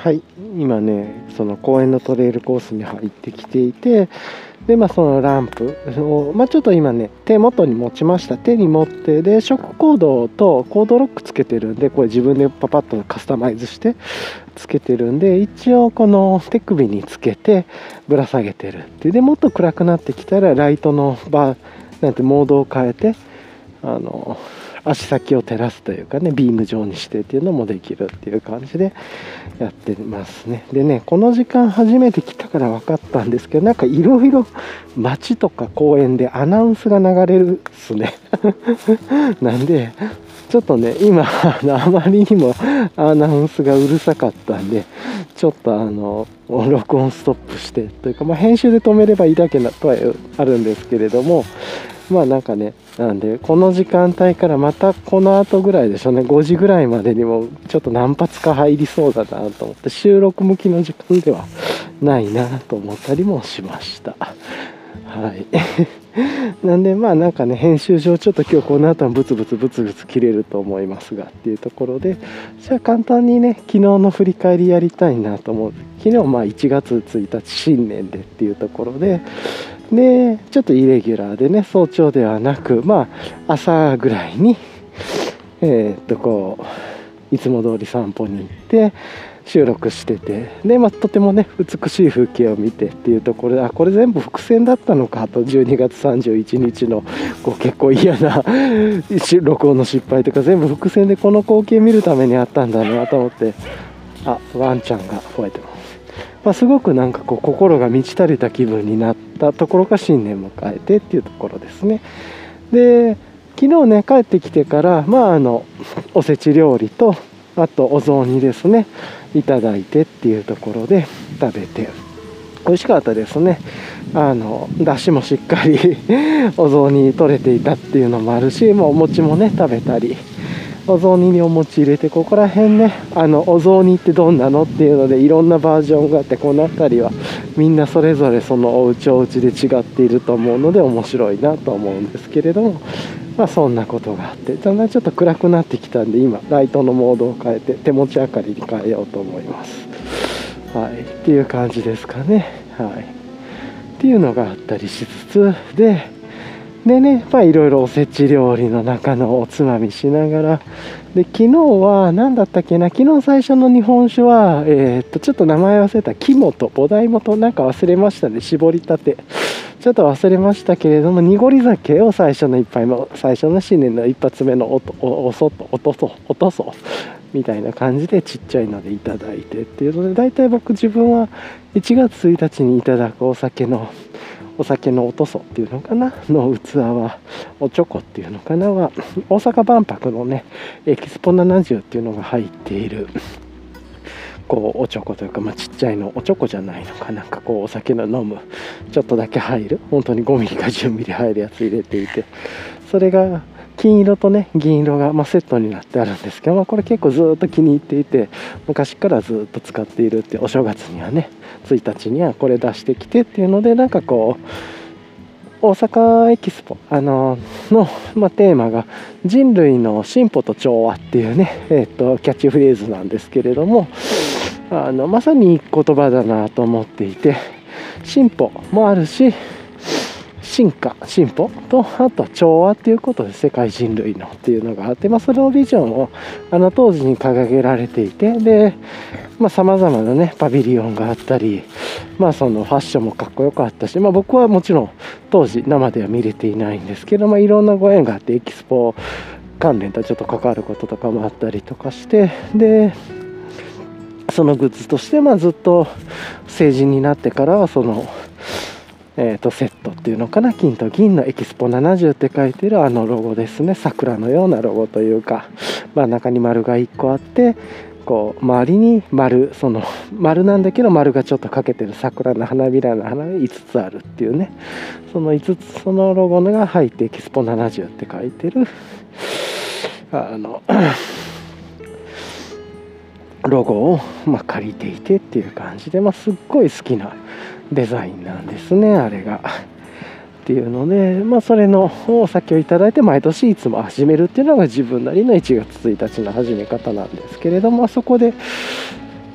はい、今ね、その公園のトレイルコースに入ってきていて、で、そのランプを、ちょっと今ね、手元に持ちました。手に持って、で、ショックコードとコードロックつけてるんで、これ自分でパパッとカスタマイズしてつけてるんで、一応この手首につけてぶら下げてるっていう。で、もっと暗くなってきたら、ライトのなんてモードを変えて、足先を照らすというかね、ビーム状にしてっていうのもできるっていう感じでやってますね。でね、この時間初めて来たから分かったんですけど、なんかいろいろ街とか公園でアナウンスが流れるっすね。なんで、ちょっとね、今、あまりにもアナウンスがうるさかったんで、ちょっと録音ストップしてというか、編集で止めればいいだけとはあるんですけれども、なんかね、なんでこの時間帯からまたこの後ぐらいでしょうね、5時ぐらいまでにもちょっと何発か入りそうだなと思って、収録向きの時間ではないなと思ったりもしました。はいなんでなんかね、編集上ちょっと今日この後はブツブツ切れると思いますがっていうところで、じゃあ簡単にね、昨日の振り返りやりたいなと思う。昨日1月1日新年でっていうところで、ちょっとイレギュラーでね、早朝ではなく朝ぐらいにいつも通り散歩に行って収録してて、でとてもね美しい風景を見てっていうところで、これ全部伏線だったのかと、12月31日の結構嫌な録音の失敗とか全部伏線でこの光景見るためにあったんだなと思って、ワンちゃんが吠えてます。すごくなんか心が満ち足りた気分になったところが新年迎えてっていうところですね。で、昨日ね帰ってきてからおせち料理とあとお雑煮ですねいただいてっていうところで食べて美味しかったですね。だしもしっかりお雑煮取れていたっていうのもあるし、お餅もね食べたり、お雑煮にお餅入れて、ここら辺ねお雑煮ってどんなのっていうのでいろんなバージョンがあって、この辺りはみんなそれぞれそのお家お家で違っていると思うので面白いなと思うんですけれども、そんなことがあって、だんだんちょっと暗くなってきたんで、今ライトのモードを変えて手持ち明かりに変えようと思います。っていう感じですかね。っていうのがあったりしつつでね、いろいろおせち料理の中のおつまみしながら、で昨日は何だったっけな、昨日最初の日本酒はちょっと名前忘れた、木本菩提元なんか忘れましたね、絞りたてちょっと忘れましたけれども、濁り酒を最初の一杯も、最初の新年の一発目のおとそみたいな感じでちっちゃいのでいただいてっていうので、大体僕自分は1月1日にいただくお酒のおとそっていうのかなの器は、おちょこっていうのかなは大阪万博のねエキスポ70っていうのが入っているおちょこというか、ちっちゃいのおちょこじゃないのかなんかお酒の飲むちょっとだけ入る、本当に5ミリか10ミリ入るやつ入れていて、それが金色とね銀色がセットになってあるんですけど、これ結構ずっと気に入っていて、昔からずっと使っているって、お正月にはね1日にはこれ出してきてっていうので、なんか大阪エキスポ、の、テーマが人類の進歩と調和っていうね、キャッチフレーズなんですけれども、まさにいい言葉だなと思っていて、進歩もあるし進歩とあと調和っていうことで、世界人類のっていうのがあって、そのビジョンを当時に掲げられていて、でさまざまなねパビリオンがあったり、そのファッションもかっこよかったし、僕はもちろん当時生では見れていないんですけど、いろんなご縁があってエキスポ関連とちょっと関わることとかもあったりとかして、でそのグッズとしてずっと成人になってからはそのセットっていうのかな、金と銀のエキスポ70って書いてるロゴですね、桜のようなロゴというか、中に丸が1個あって、周りにその丸なんだけど丸がちょっとかけてる桜の花びらの花が5つあるっていうね、その5つそのロゴが入ってエキスポ70って書いてるロゴを借りていてっていう感じで、すっごい好きなデザインなんですね、あれが。っていうので、それのお酒をいただいて毎年いつも始めるっていうのが自分なりの1月1日の始め方なんですけれども、そこで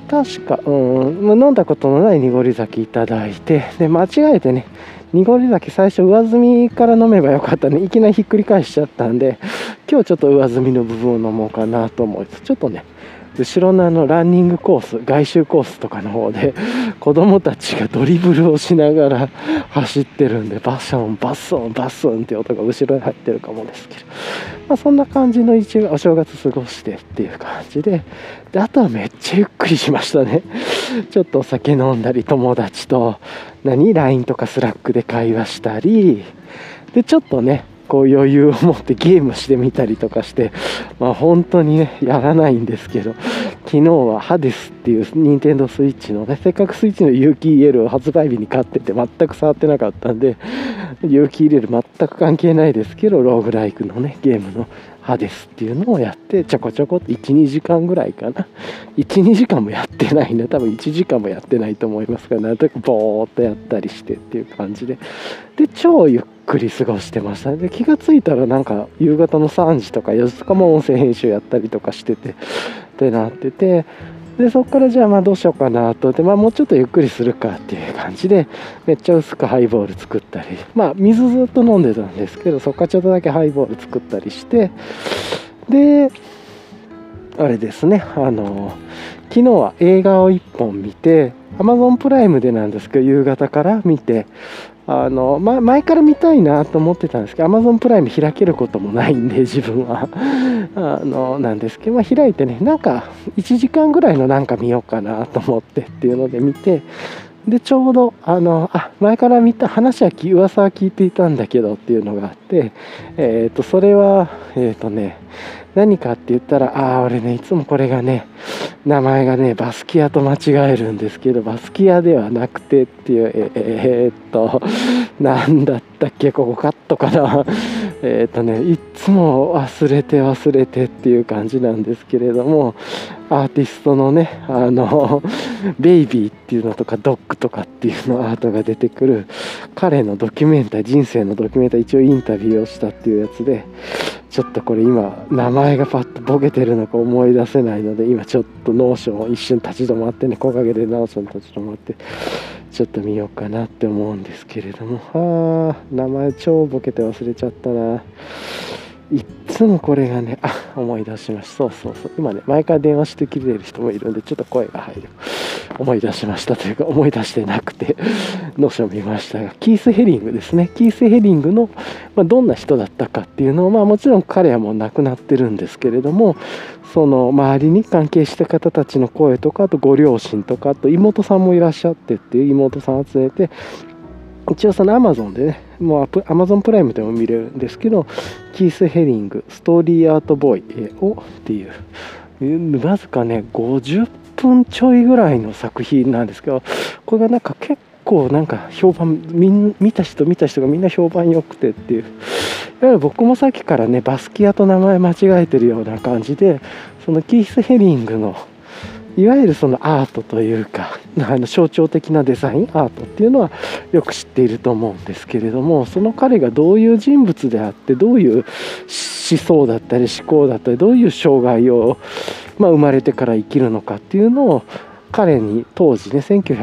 確か、飲んだことのない濁り酒いただいて、で間違えてね、濁り酒最初上澄みから飲めばよかったね、いきなりひっくり返しちゃったんで、今日ちょっと上澄みの部分を飲もうかなと思いつつ、ちょっとね後ろのランニングコース、外周コースとかの方で子供たちがドリブルをしながら走ってるんで、バションバスンバスンって音が後ろに入ってるかもですけど、そんな感じのお正月過ごしてっていう感じで、あとはめっちゃゆっくりしましたね。ちょっとお酒飲んだり、友達とLINE とかスラックで会話したりで、ちょっとねこう余裕を持ってゲームしてみたりとかして、本当にねやらないんですけど、昨日はハデスっていう任天堂スイッチのね、せっかくスイッチの有機 EL を発売日に買ってて全く触ってなかったんで、有機 EL 全く関係ないですけど、ローグライクのねゲームのハデスっていうのをやって、ちょこちょこって1、2時間ぐらいかな、1、2時間もやってないね、多分1時間もやってないと思いますが、なんとなくボーっとやったりしてっていう感じで、超ゆっくり過ごしてましたね。で気がついたらなんか夕方の3時とか4時とかも音声編集やったりとかしててってなってて、でそこからじゃあどうしようかなとで、もうちょっとゆっくりするかっていう感じで、めっちゃ薄くハイボール作ったり、水ずっと飲んでたんですけど、そこからちょっとだけハイボール作ったりして、であれですね、昨日は映画を1本見て、 Amazon プライムでなんですけど夕方から見て、前から見たいなと思ってたんですけど、 Amazon プライム開けることもないんで自分はなんですけど、開いてね、なんか1時間ぐらいのなんか見ようかなと思ってっていうので見て、でちょうど前から見た話は噂は聞いていたんだけどっていうのがあって、それは何かって言ったら、俺ねいつもこれがね名前がねバスキアと間違えるんですけど、バスキアではなくてっていうなんだったっけ、ここカットかないつも忘れてっていう感じなんですけれども、アーティストのねベイビーっていうのとかドッグとかっていうのアートが出てくる彼のドキュメンタリー、人生のドキュメンタリー、一応インタビューをしたっていうやつで、ちょっとこれ今名前がパッとボケてるのか思い出せないので、今ちょっとノーションを一瞬立ち止まってね、木陰でノーション立ち止まってちょっと見ようかなって思うんですけれども、名前超ボケて忘れちゃったな。いっつもこれがね、思い出しました。そう今ね前から電話してきてる人もいるんで、ちょっと声が入る、思い出しましたというか、思い出してなくてノーション見ましたが、キース・ヘリングですね。キース・ヘリングの、どんな人だったかっていうのを、もちろん彼はもう亡くなってるんですけれども、その周りに関係した方たちの声とか、あとご両親とか、あと妹さんもいらっしゃってっていう妹さん集めて、一応その Amazon でね、もう Amazon プライムでも見れるんですけど、キース・ヘリングストーリーアートボーイをっていうわずかね50分ちょいぐらいの作品なんですけど、これがなんか結構なんか評判、見た人がみんな評判良くてっていう、いわゆる僕もさっきからねバスキアと名前間違えてるような感じで、そのキース・ヘリングのいわゆるそのアートというか象徴的なデザインアートっていうのはよく知っていると思うんですけれども、その彼がどういう人物であって、どういう思想だったり思考だったり、どういう生涯を、生まれてから生きるのかっていうのを彼に当時ね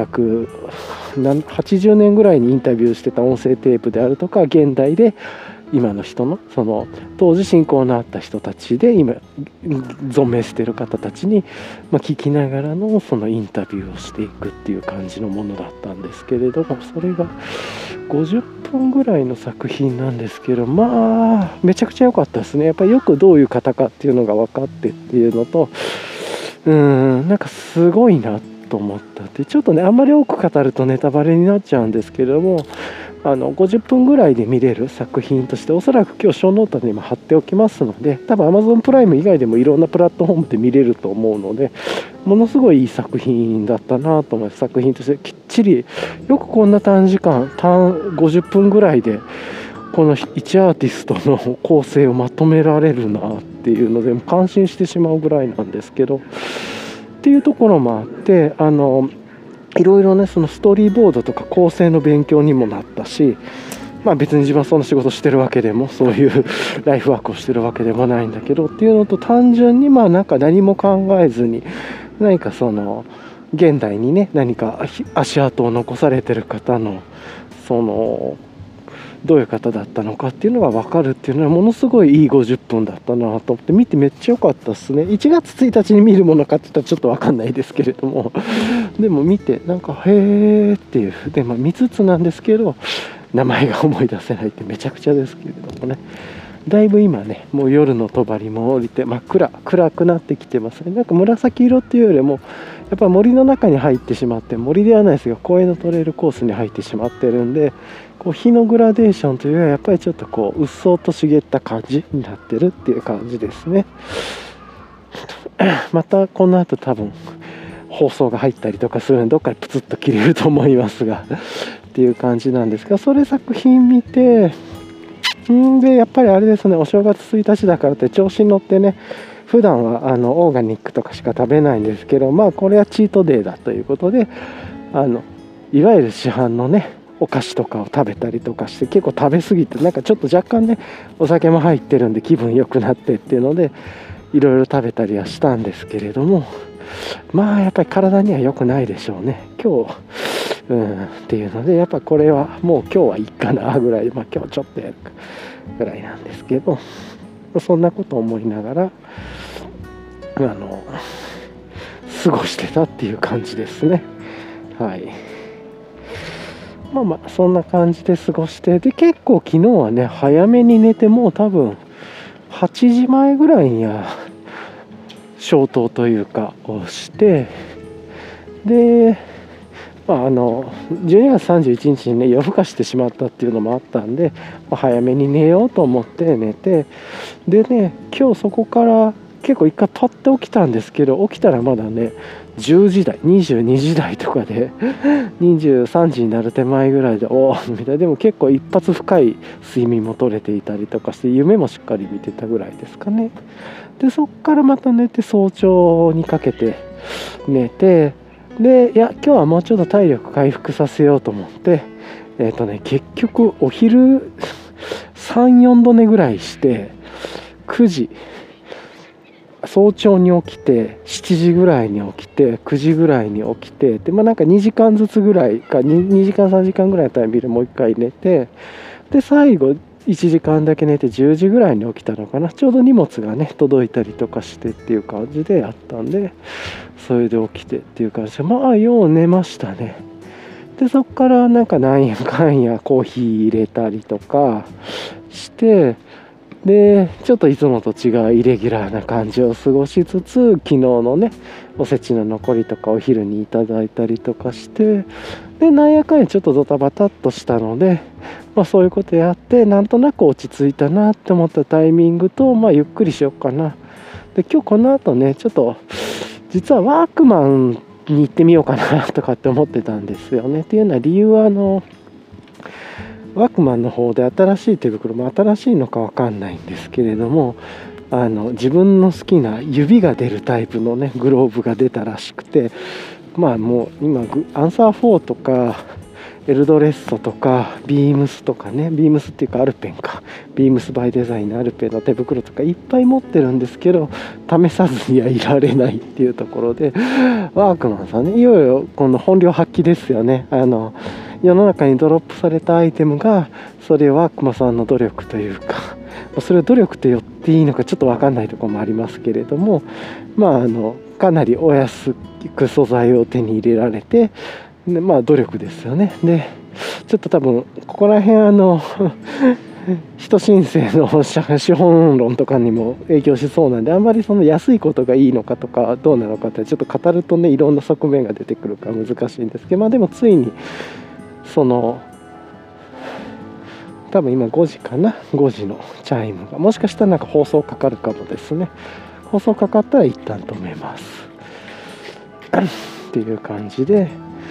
1980年ぐらいにインタビューしてた音声テープであるとか、現代で今の人のその当時親交のあった人たちで今存命している方たちに聞きながらのそのインタビューをしていくっていう感じのものだったんですけれども、それが50分ぐらいの作品なんですけど、めちゃくちゃ良かったですね。やっぱりよくどういう方かっていうのが分かってっていうのと、なんかすごいなと思ったって、ちょっとねあんまり多く語るとネタバレになっちゃうんですけれども、50分ぐらいで見れる作品として、おそらく今日ショーノートにも貼っておきますので、多分 Amazon プライム以外でもいろんなプラットフォームで見れると思うので、ものすごいいい作品だったなと思います。作品としてきっちり、よくこんな短時間50分ぐらいでこの1アーティストの構成をまとめられるなっていうので感心してしまうぐらいなんですけど、っていうところもあって、いろいろねそのストーリーボードとか構成の勉強にもなったし、別に自分はその仕事してるわけでも、そういうライフワークをしてるわけでもないんだけどっていうのと、単純になんか何も考えずに何かその現代にね何か足跡を残されてる方のどういう方だったのかっていうのが分かるっていうのはものすごいいい50分だったなと思って見てめっちゃ良かったですね。1月1日に見るものかって言ったらちょっと分かんないですけれどもでも見てなんかへーっていうで、見つつなんですけど名前が思い出せないってめちゃくちゃですけれどもね、だいぶ今ねもう夜の帳も降りて暗くなってきてますね。なんか紫色っていうよりもやっぱ森の中に入ってしまって、森ではないですが公園のトレイルコースに入ってしまってるんで、こう日のグラデーションというよりはやっぱりちょっとこううっそうと茂った感じになってるっていう感じですね。またこの後多分放送が入ったりとかするのでどっかでプツッと切れると思いますがっていう感じなんですが、それ作品見てでやっぱりあれですね、お正月1日だからって調子に乗ってね、普段はオーガニックとかしか食べないんですけど、これはチートデーだということでいわゆる市販のねお菓子とかを食べたりとかして、結構食べ過ぎてなんかちょっと若干ねお酒も入ってるんで気分良くなってっていうのでいろいろ食べたりはしたんですけれども、やっぱり体には良くないでしょうね今日っていうので、やっぱこれはもう今日はいいかなぐらい、今日ちょっとやるぐらいなんですけど、そんなことを思いながら過ごしてたっていう感じですね。はい。そんな感じで過ごして、で結構昨日はね早めに寝て、もう多分8時前ぐらいには消灯というかをして、で12月31日にね夜更かしてしまったっていうのもあったんで、早めに寝ようと思って寝て、でね今日そこから結構一回パッと起きたんですけど、起きたらまだね10時台22時台とかで23時になる手前ぐらいでおおみたいな、でも結構一発深い睡眠も取れていたりとかして夢もしっかり見てたぐらいですかね。でそっからまた寝て早朝にかけて寝て、で今日はもうちょっと体力回復させようと思って結局お昼3、4度寝ぐらいして9時早朝に起きて7時ぐらいに起きて9時ぐらいに起きて、でなんか2時間ずつぐらいか 2時間3時間ぐらいのタイミングでもう一回寝て、で最後1時間だけ寝て10時ぐらいに起きたのかな。ちょうど荷物がね届いたりとかしてっていう感じでやったんで、それで起きてっていう感じでよう寝ましたね。でそっからなんやかんやコーヒー入れたりとかして、でちょっといつもと違うイレギュラーな感じを過ごしつつ、昨日のねおせちの残りとかお昼にいただいたりとかして、でなんやかんやちょっとドタバタっとしたので、そういうことやってなんとなく落ち着いたなって思ったタイミングと、ゆっくりしようかな。で今日この後ねちょっと実はワークマンに行ってみようかなとかって思ってたんですよね。っていうのは理由はワークマンの方で新しい手袋も新しいのか分かんないんですけれども、自分の好きな指が出るタイプのねグローブが出たらしくて、もう今アンサー4とかエルドレッソとかビームスとかね、ビームスっていうかアルペンか、ビームスバイデザインのアルペンの手袋とかいっぱい持ってるんですけど試さずにはいられないっていうところで、ワークマンさんねいよいよこの本領発揮ですよね。世の中にドロップされたアイテムがそれは熊さんの努力というか、それを努力と言っていいのかちょっと分かんないところもありますけれども、かなりお安く素材を手に入れられて、で努力ですよね。でちょっと多分ここら辺人申請の資本論とかにも影響しそうなんで、あんまりその安いことがいいのかとかどうなのかってちょっと語るとねいろんな側面が出てくるから難しいんですけど、でもついに多分今5時かな、5時のチャイムがもしかしたら放送かかるかもですね。放送かかったら一旦止めますっていう感じで、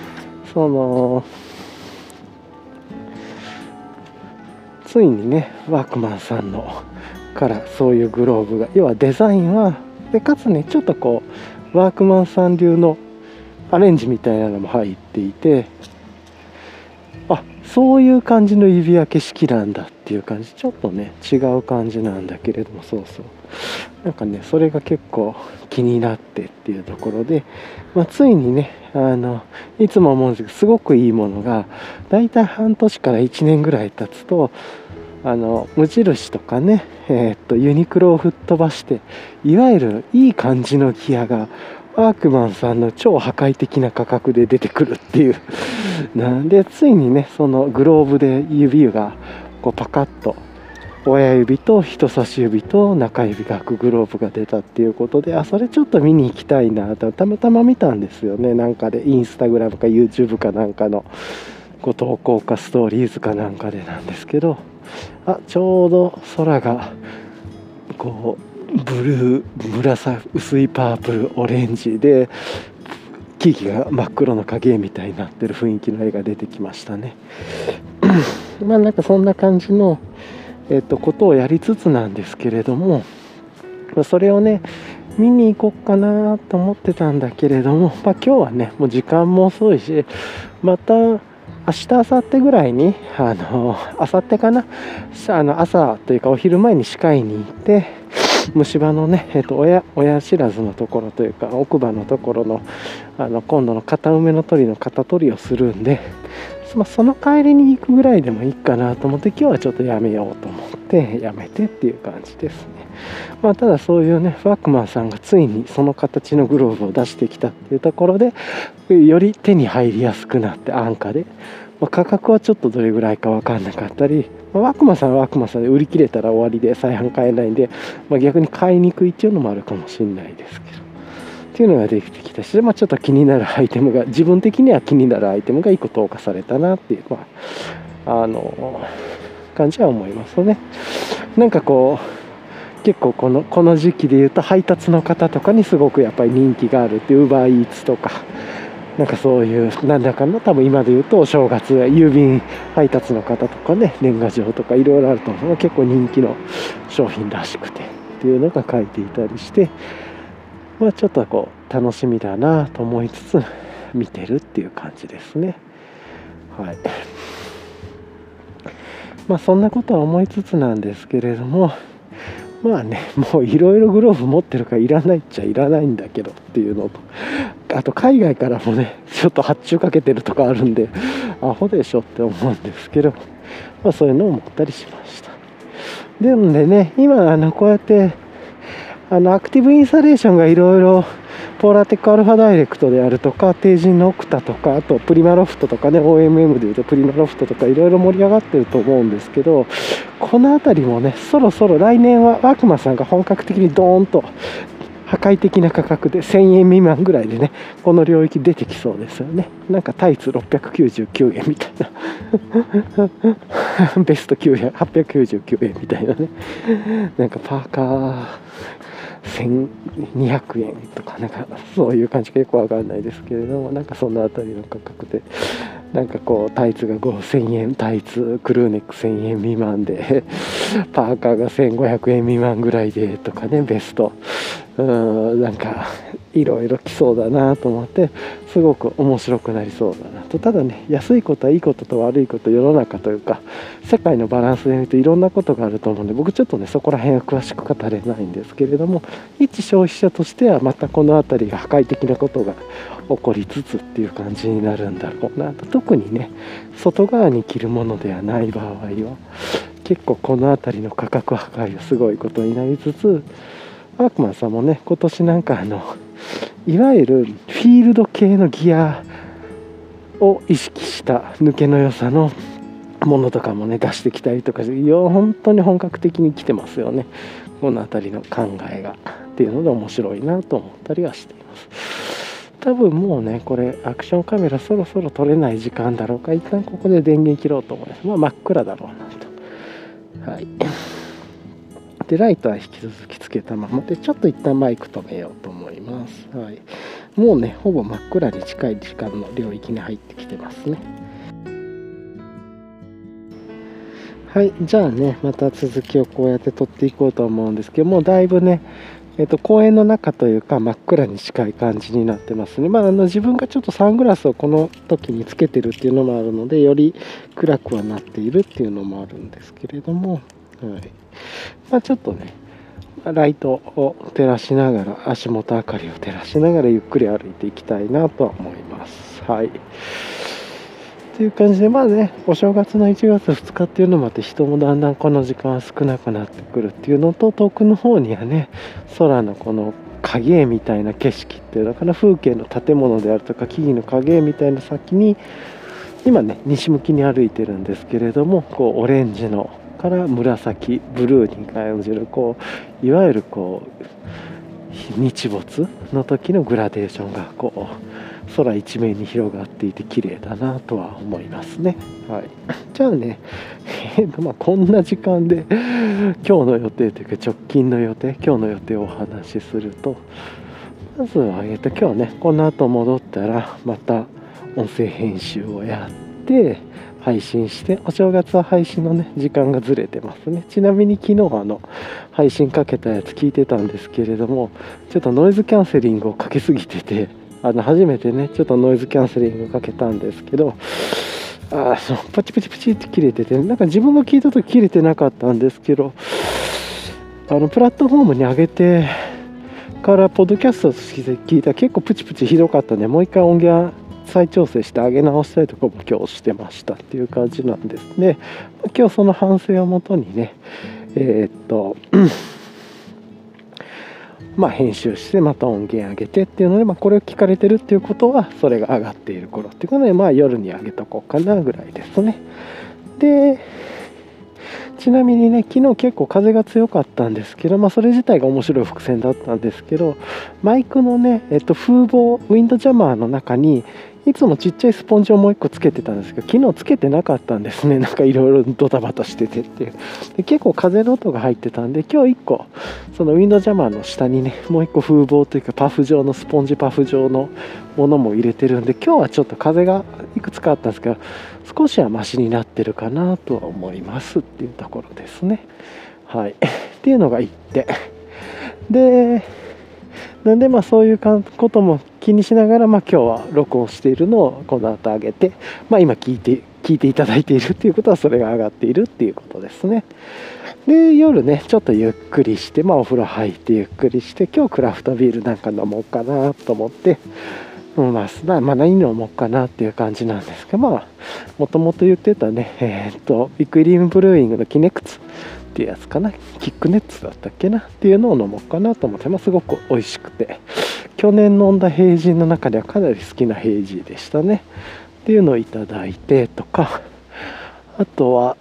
ついにねワークマンさんのからそういうグローブが、要はデザインはでかつねちょっとワークマンさん流のアレンジみたいなのも入っていて、そういう感じの指輪け式なんだっていう感じ、ちょっとね違う感じなんだけれども、そうなんかねそれが結構気になってっていうところで、ついにねいつも思うんですけど、すごくいいものがだいたい半年から1年ぐらい経つと無印とかね、ユニクロを吹っ飛ばして、いわゆるいい感じのギアがワークマンさんの超破壊的な価格で出てくるっていうなんで、ついにねそのグローブで指がこうパカッと親指と人差し指と中指が開くグローブが出たっていうことで、それちょっと見に行きたいなとたまたま見たんですよね。なんかでインスタグラムか YouTube かなんかのご投稿かストーリーズかなんかでなんですけど、ちょうど空がこうブルー、紫、薄いパープル、オレンジで木々が真っ黒の影みたいになってる雰囲気の絵が出てきましたね。なんかそんな感じのことをやりつつなんですけれども、それをね見に行こうかなと思ってたんだけれども、今日はねもう時間も遅いし、また明日明後日ぐらいに明後日かな、朝というかお昼前に歯科医に行って、虫歯のね、親知らずのところというか奥歯のところの今度の片埋めの取りの型取りをするんで、その帰りに行くぐらいでもいいかなと思って、今日はちょっとやめようと思ってやめてっていう感じですね。ただそういうねワークマンさんがついにその形のグローブを出してきたっていうところで、より手に入りやすくなって安価で、価格はちょっとどれぐらいか分かんなかったり、ワークマンさんはワークマンさんで売り切れたら終わりで再販買えないんで、逆に買いにくいっていうのもあるかもしれないですけどっていうのができてきたし、ちょっと気になるアイテムが、自分的には気になるアイテムが1個投下されたなっていう、感じは思いますね。なんかこう結構この時期でいうと配達の方とかにすごくやっぱり人気があるっていう、Uber Eatsとかなんかそういうなんだかの、多分今でいうとお正月郵便配達の方とかね、年賀状とかいろいろあると思うのが結構人気の商品らしくてっていうのが書いていたりして、ちょっとこう楽しみだなと思いつつ見てるっていう感じですね。はい。そんなことは思いつつなんですけれども、もういろいろグローブ持ってるからいらないっちゃいらないんだけどっていうのと、あと海外からもねちょっと発注かけてるとかあるんで、アホでしょって思うんですけど、そういうのを思ったりしました。でね、今こうやってアクティブインサレーションがいろいろポーラテックアルファダイレクトであるとか、帝人のオクタとか、あとプリマロフトとかね、 OMM でいうとプリマロフトとかいろいろ盛り上がってると思うんですけど、この辺りもねそろそろ来年はワークマンさんが本格的にドーンと破壊的な価格で1000円未満ぐらいでね、この領域出てきそうですよね。なんかタイツ699円みたいなベスト899円みたいなね、なんかパーカー1200円とか、なんかそういう感じかよくわかんないですけれども、なんかそのあたりの価格で、なんかこうタイツが5000円、タイツクルーネック1000円未満でパーカーが1500円未満ぐらいでとかね、ベストなんかいろいろ来そうだなと思って、すごく面白くなりそうだなと。ただね、安いことはいいことと悪いこと、世の中というか世界のバランスで見るといろんなことがあると思うんで、僕ちょっとねそこら辺は詳しく語れないんですけれども、一消費者としてはまたこの辺りが破壊的なことが起こりつつっていう感じになるんだろうなと。特にね外側に着るものではない場合は結構この辺りの価格破壊がすごいことになりつつ、ワークマンさんもね今年なんかいわゆるフィールド系のギアを意識した抜けの良さのものとかもね出してきたりとかして、本当に本格的に来てますよね、この辺りの考えがっていうので面白いなと思ったりはしています。多分もうねこれアクションカメラそろそろ撮れない時間だろうか、一旦ここで電源切ろうと思います。真っ暗だろうなと。はい。でライトは引き続きつけたままで、ちょっと一旦マイク止めようと思います。はい。もうねほぼ真っ暗に近い時間の領域に入ってきてますね。はい、じゃあねまた続きをこうやって撮っていこうと思うんですけども、だいぶね公園の中というか真っ暗に近い感じになってますね。自分がちょっとサングラスをこの時につけてるっていうのもあるので、より暗くはなっているっていうのもあるんですけれども、はい。ちょっとねライトを照らしながら、足元明かりを照らしながらゆっくり歩いていきたいなとは思います。はい。っていう感じで、まあね、お正月の1月2日っていうのもあって人もだんだんこの時間は少なくなってくるっていうのと、遠くの方にはね、空のこの影みたいな景色っていうのかな、風景の建物であるとか木々の影みたいな先に、今ね西向きに歩いてるんですけれども、こうオレンジのから紫ブルーに感じる、こういわゆるこう日没の時のグラデーションがこう空一面に広がっていて綺麗だなとは思いますね。はい、じゃあね、こんな時間で今日の予定というか直近の予定、今日の予定をお話しすると、まずは、今日ねこの後戻ったらまた音声編集をやって配信して、お正月は配信のね時間がずれてますね。ちなみに昨日配信かけたやつ聞いてたんですけれども、ちょっとノイズキャンセリングをかけすぎてて、初めてねちょっとノイズキャンセリングかけたんですけど、パチパチパチって切れてて、なんか自分が聞いた時切れてなかったんですけど、プラットフォームに上げてからポッドキャストとして聞いたら結構プチプチひどかったんで、もう一回音源再調整して上げ直したりとかも今日してましたっていう感じなんですね。今日その反省をもとにね、編集してまた音源上げてっていうので、これを聞かれてるっていうことはそれが上がっている頃っていうことで、夜に上げとこうかなぐらいですね。で、ちなみにね昨日結構風が強かったんですけど、それ自体が面白い伏線だったんですけど、マイクのね、風防ウィンドジャマーの中にいつもちっちゃいスポンジをもう一個つけてたんですけど、昨日つけてなかったんですね。なんかいろいろドタバタしててっていうで、結構風の音が入ってたんで、今日1個そのウィンドジャマーの下にねもう1個風防というかパフ状のスポンジパフ状のものも入れてるんで、今日はちょっと風がいくつかあったんですけど少しはマシになってるかなとは思いますっていうところですね。はい。っていうのが1点で、なんでそういうことも気にしながら、今日は録音しているのをこの後上げて、今聞いていただいているっていうことはそれが上がっているっていうことですね。で、夜ねちょっとゆっくりして、お風呂入ってゆっくりして、今日クラフトビールなんか飲もうかなと思って、何飲もうかなっていう感じなんですけど、もともと言ってたねイクイリームブルーイングのキネクツっていうやつかな、キックネッツだったっけなっていうのを飲もうかなと思って、すごく美味しくて、去年飲んだヘイジーの中ではかなり好きなヘイジーでしたねっていうのをいただいてとか、あとは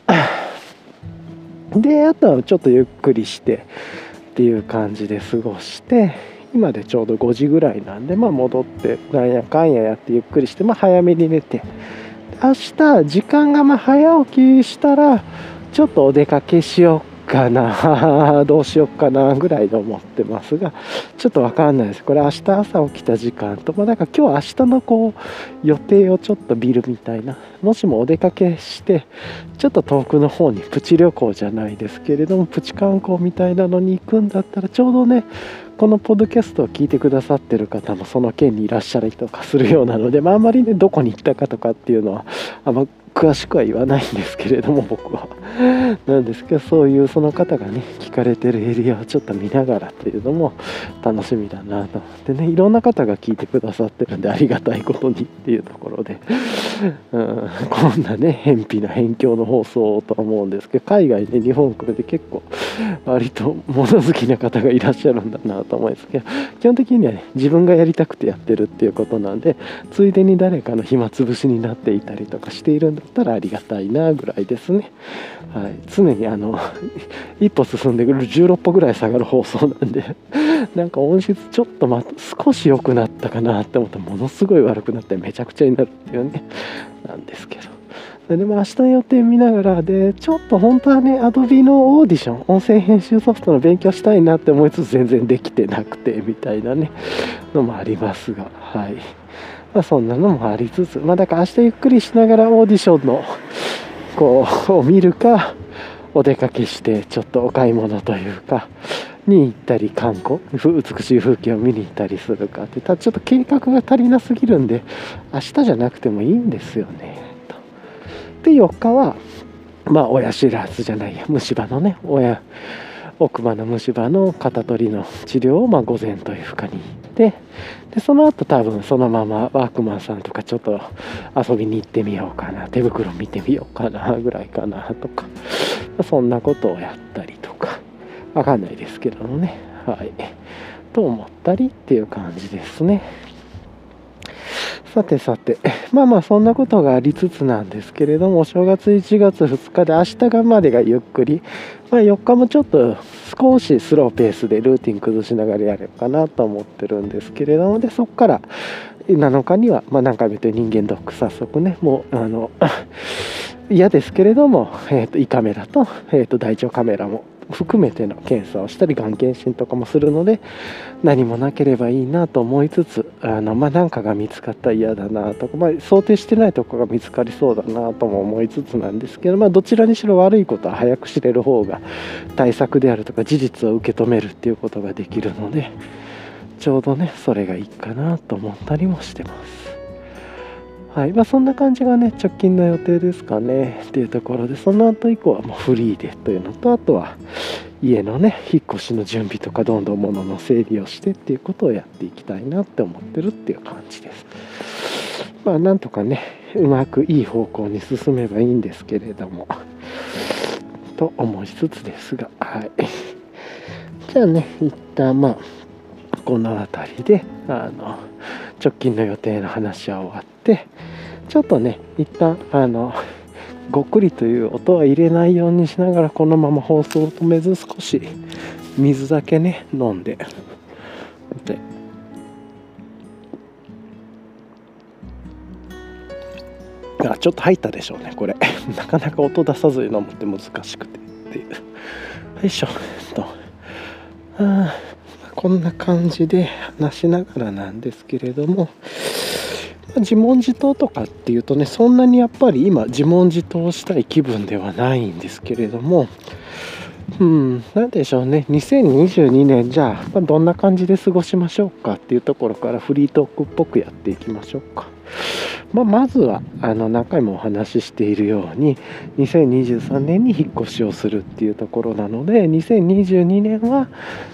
ちょっとゆっくりしてっていう感じで過ごして、今でちょうど5時ぐらいなんで、戻ってなんやかんややってゆっくりして、早めに寝て、明日時間が早起きしたらちょっとお出かけしようかなどうしようかなぐらいで思ってますが、ちょっと分かんないです。これ明日朝起きた時間と、今日明日の予定をちょっとビルみたいな、もしもお出かけしてちょっと遠くの方にプチ旅行じゃないですけれどもプチ観光みたいなのに行くんだったら、ちょうどねこのポッドキャストを聞いてくださってる方もその県にいらっしゃるとかするようなので、あんまりねどこに行ったかとかっていうのは詳しくは言わないんですけれども、僕はなんですけど、そういうその方がね聞かれてるエリアをちょっと見ながらっていうのも楽しみだなと思ってね、いろんな方が聞いてくださってるんでありがたいことにっていうところで、こんなね偏境の放送とは思うんですけど、海外で日本来るで結構割と物好きな方がいらっしゃるんだなと思うんですけど、基本的にはね自分がやりたくてやってるっていうことなんで、ついでに誰かの暇つぶしになっていたりとかしているんだったらありがたいなぐらいですね。はい、常に一歩進んでくる16歩ぐらい下がる放送なんでなんか音質ちょっと少し良くなったかなって思ったらものすごい悪くなってめちゃくちゃになるっていうねなんですけど、でも明日の予定見ながらで、ちょっと本当はね Adobe のオーディション音声編集ソフトの勉強したいなって思いつつ全然できてなくてみたいなねのもありますが、はい、そんなのもありつつ、だから明日ゆっくりしながらオーディションのを見るか、お出かけしてちょっとお買い物というかに行ったり、観光美しい風景を見に行ったりするかって、ただちょっと計画が足りなすぎるんで明日じゃなくてもいいんですよねと。で4日は親知らずじゃないや虫歯のね奥歯の虫歯の肩取りの治療を午前というかに行って、でその後多分そのままワークマンさんとかちょっと遊びに行ってみようかな、手袋見てみようかなぐらいかなとか、そんなことをやったりとか、わかんないですけどもね、はいと思ったりっていう感じですね。さてさて、そんなことがありつつなんですけれども、お正月1月2日で明日がまでがゆっくり、4日もちょっと少しスローペースでルーティン崩しながらやれるかなと思ってるんですけれども、でそこから7日には、何回も言って人間ドック早速ね、もう嫌ですけれども、胃カメラと、大腸カメラも含めての検査をしたり、がん検診とかもするので、何もなければいいなと思いつつ、何かが見つかったら嫌だなとか、想定してないところが見つかりそうだなとも思いつつなんですけど、どちらにしろ悪いことは早く知れる方が対策であるとか事実を受け止めるっていうことができるので、ちょうどねそれがいいかなと思ったりもしてます。はい、そんな感じがね直近の予定ですかねっていうところで、その後以降はもうフリーでというのと、あとは家のね引っ越しの準備とかどんどん物の整理をしてっていうことをやっていきたいなって思ってるっていう感じです。なんとかねうまくいい方向に進めばいいんですけれどもと思いつつですが、はい、じゃあね一旦この辺りで直近の予定の話は終わって、ちょっとね一旦ごっくりという音は入れないようにしながら、このまま放送を止めず少し水だけね飲んで、ちょっと入ったでしょうねこれなかなか音出さずに飲むって難しくてっていう、よいしょこんな感じで話しながらなんですけれども、自問自答とかっていうとね、そんなにやっぱり今自問自答したい気分ではないんですけれども、なんでしょうね、2022年じゃあ、どんな感じで過ごしましょうかっていうところからフリートークっぽくやっていきましょうか。まずは何回もお話ししているように2023年に引っ越しをするっていうところなので、2022年は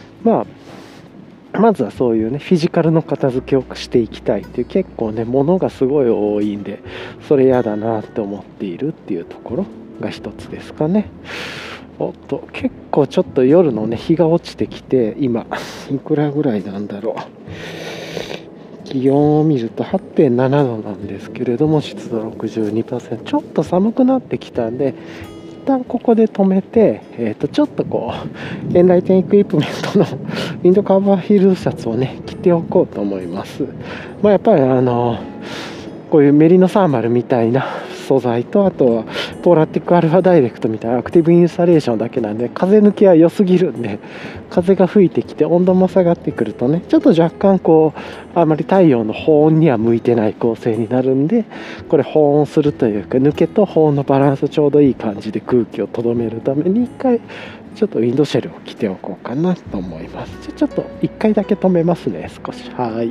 まずはそういうねフィジカルの片付けをしていきたいっていう、結構ね物がすごい多いんでそれ嫌だなって思っているっていうところが一つですかね。結構ちょっと夜のね日が落ちてきて、今いくらぐらいなんだろう、気温を見ると 8.7 度なんですけれども、湿度 62%、 ちょっと寒くなってきたんで一旦ここで止めて、ちょっとエンライテンエクイプメントのウィンドカバーフィルシャツをね着ておこうと思います。やっぱりこういうメリノサーマルみたいな素材と、あとはポーラティックアルファダイレクトみたいなアクティブインスタレーションだけなんで、風抜けは良すぎるんで、風が吹いてきて温度も下がってくるとね、ちょっと若干あまり太陽の保温には向いてない構成になるんで、これ保温するというか抜けと保温のバランスちょうどいい感じで空気をとどめるために一回ちょっとウィンドシェルを着ておこうかなと思います。ちょっと一回だけ止めますね少し。はい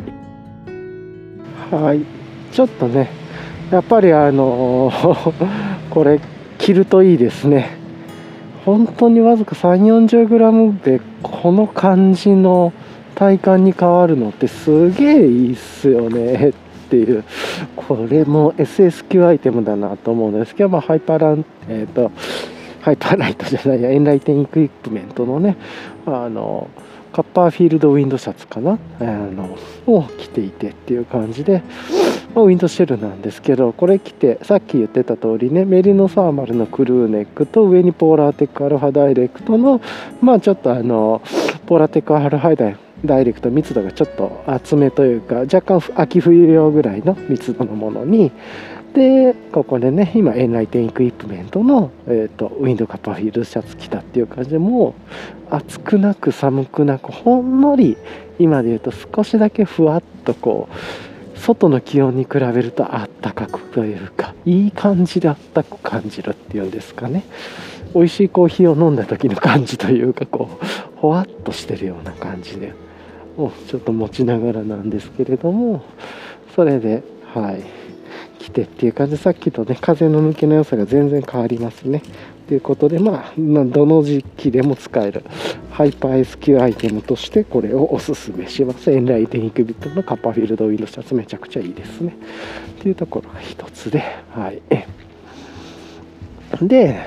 ちょっとねやっぱりこれ着るといいですね。本当にわずか 3,40g でこの感じの体感に変わるのってすげえいいっすよねっていう、これも SSQ アイテムだなと思うんですけど、ハイパーライトじゃないや、エンライテンエクイプメントのねカッパーフィールドウィンドシャツかなを着ていてっていう感じで、ウィンドシェルなんですけど、これ着てさっき言ってた通りね、メリノサーマルのクルーネックと上にポーラーテックアルファダイレクトのちょっとポーラーテックアルファダイレクト密度がちょっと厚めというか、若干秋冬用ぐらいの密度のものに、でここでね今エンライテンエクイプメントの、ウィンドカッパーフィールドシャツ着たっていう感じで、もう暑くなく寒くなく、ほんのり今で言うと少しだけふわっと外の気温に比べるとあったかくというか、いい感じであったかく感じるっていうんですかね。美味しいコーヒーを飲んだ時の感じというか、ほわっとしてるような感じで、もうちょっと持ちながらなんですけれども、それで着てっていう感じで、さっきとね風の抜けの良さが全然変わりますね。 ということで、どの時期でも使えるハイパー S q アイテムとしてこれをおすすめします。エンライテンイクビットのカッパーフィールドウィンドシャツめちゃくちゃいいですねっていうところが一つで、はい。で、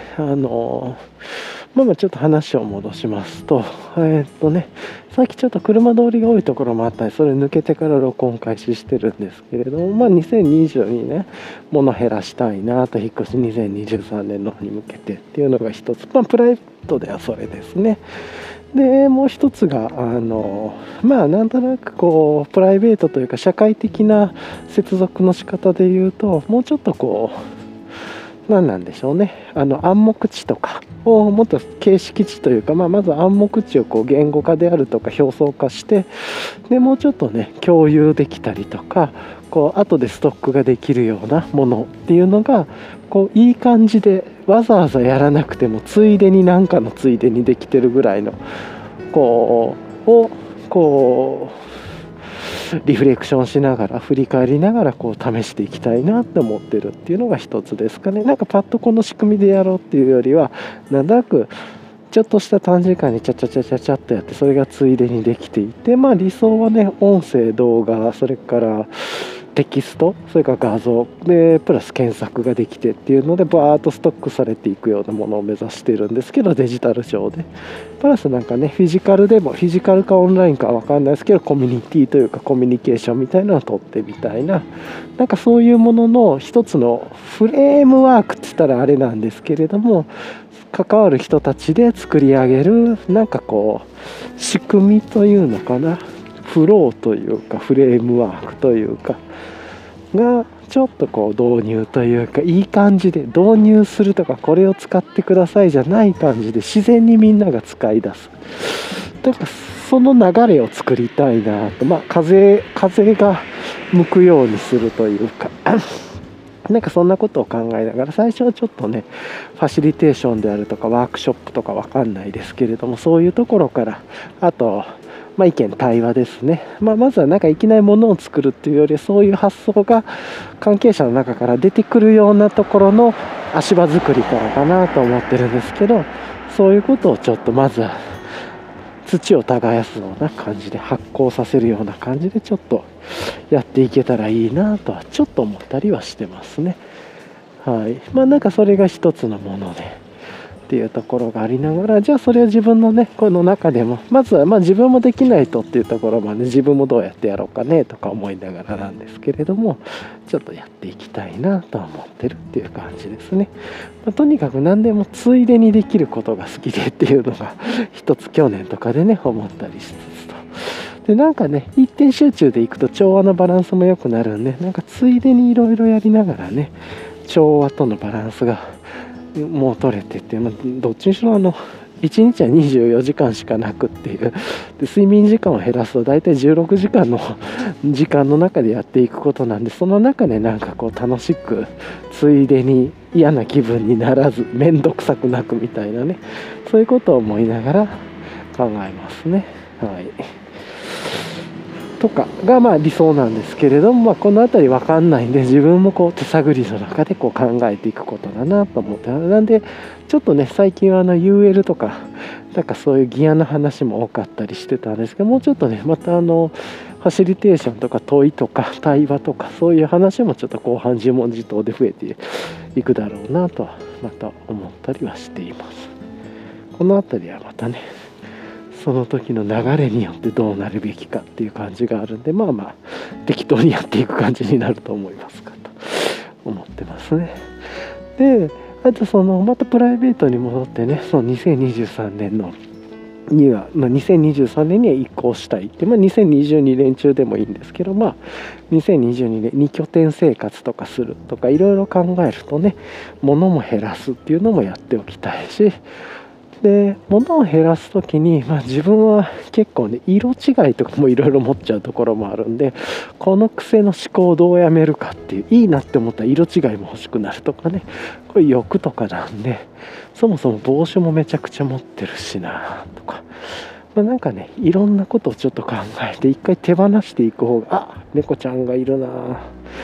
ちょっと話を戻しますと、さっきちょっと車通りが多いところもあったり、それ抜けてから録音開始してるんですけれども、2022年、物減らしたいなと、引っ越し2023年の方に向けてっていうのが一つ、プライベートではそれですね。で、もう一つが、なんとなくこう、プライベートというか、社会的な接続の仕方で言うと、もうちょっとこう、何なんでしょうね、暗黙知とかをもっと形式知というか、まず暗黙知をこう言語化であるとか表層化して、でもうちょっとね共有できたりとか、こう後でストックができるようなものっていうのがこういい感じで、わざわざやらなくてもついでに何かのついでにできてるぐらいのこうリフレクションしながら振り返りながらこう試していきたいなって思ってるっていうのが一つですかね。なんかパッとこの仕組みでやろうっていうよりは、なんとなくちょっとした短時間にチャチャチャチャチャっとやって、それがついでにできていて、理想はね、音声動画、それからテキスト、それから画像でプラス検索ができてっていうのでバーッとストックされていくようなものを目指しているんですけど、デジタル上でプラスなんかね、フィジカルでも、フィジカルかオンラインかわかんないですけど、コミュニティというかコミュニケーションみたいなのを取ってみたいな、なんかそういうものの一つのフレームワークって言ったらあれなんですけれども、関わる人たちで作り上げるなんかこう仕組みというのかな、フローというかフレームワークというかがちょっとこう導入というか、いい感じで導入するとか、これを使ってくださいじゃない感じで自然にみんなが使い出す、だからその流れを作りたいなと、風が向くようにするというかなんかそんなことを考えながら、最初はちょっとねファシリテーションであるとかワークショップとかわかんないですけれども、そういうところから、あと意見対話ですね、まずはなんかいきなりものを作るっていうよりは、そういう発想が関係者の中から出てくるようなところの足場作りからかなと思ってるんですけど、そういうことをちょっとまずは土を耕すような感じで、発酵させるような感じでちょっとやっていけたらいいなとはちょっと思ったりはしてますね。はい。なんかそれが一つのものでっていうところがありながら、じゃあそれを自分のねこの中でも、まずは自分もできないとっていうところまで、自分もどうやってやろうかねとか思いながらなんですけれども、ちょっとやっていきたいなと思ってるっていう感じですね。とにかく何でもついでにできることが好きでっていうのが一つ去年とかでね思ったりしつつと、でなんかね一点集中でいくと調和のバランスも良くなるんで、なんかついでにいろいろやりながらね、調和とのバランスがもう取れてっていう、どっちにしろ1日は24時間しかなくっていう、で睡眠時間を減らすと大体16時間の時間の中でやっていくことなんで、その中でなんかこう楽しく、ついでに嫌な気分にならず面倒くさくなくみたいなね、そういうことを思いながら考えますね。はいとかが理想なんですけれども、この辺り分かんないんで、自分もこう手探りの中でこう考えていくことだなと思って、なんでちょっとね最近はUL とかなんかそういうギアの話も多かったりしてたんですけど、もうちょっとねまたファシリテーションとか問いとか対話とかそういう話もちょっと後半自問自答で増えていくだろうなとはまた思ったりはしています。この辺りはまたねその時の流れによってどうなるべきかっていう感じがあるんで、適当にやっていく感じになると思いますかと思ってますね。で、あとまたプライベートに戻ってね、その2023年には移行したいって、2022年中でもいいんですけど、2022年2拠点生活とかするとかいろいろ考えるとね、物も減らすっていうのもやっておきたいし、で物を減らす時に、自分は結構ね色違いとかもいろいろ持っちゃうところもあるんで、この癖の思考をどうやめるかっていう、いいなって思ったら色違いも欲しくなるとかね、これ欲とかなんで、そもそも帽子もめちゃくちゃ持ってるしなとか、なんかねいろんなことをちょっと考えて一回手放していく方が、猫ちゃんがいるな、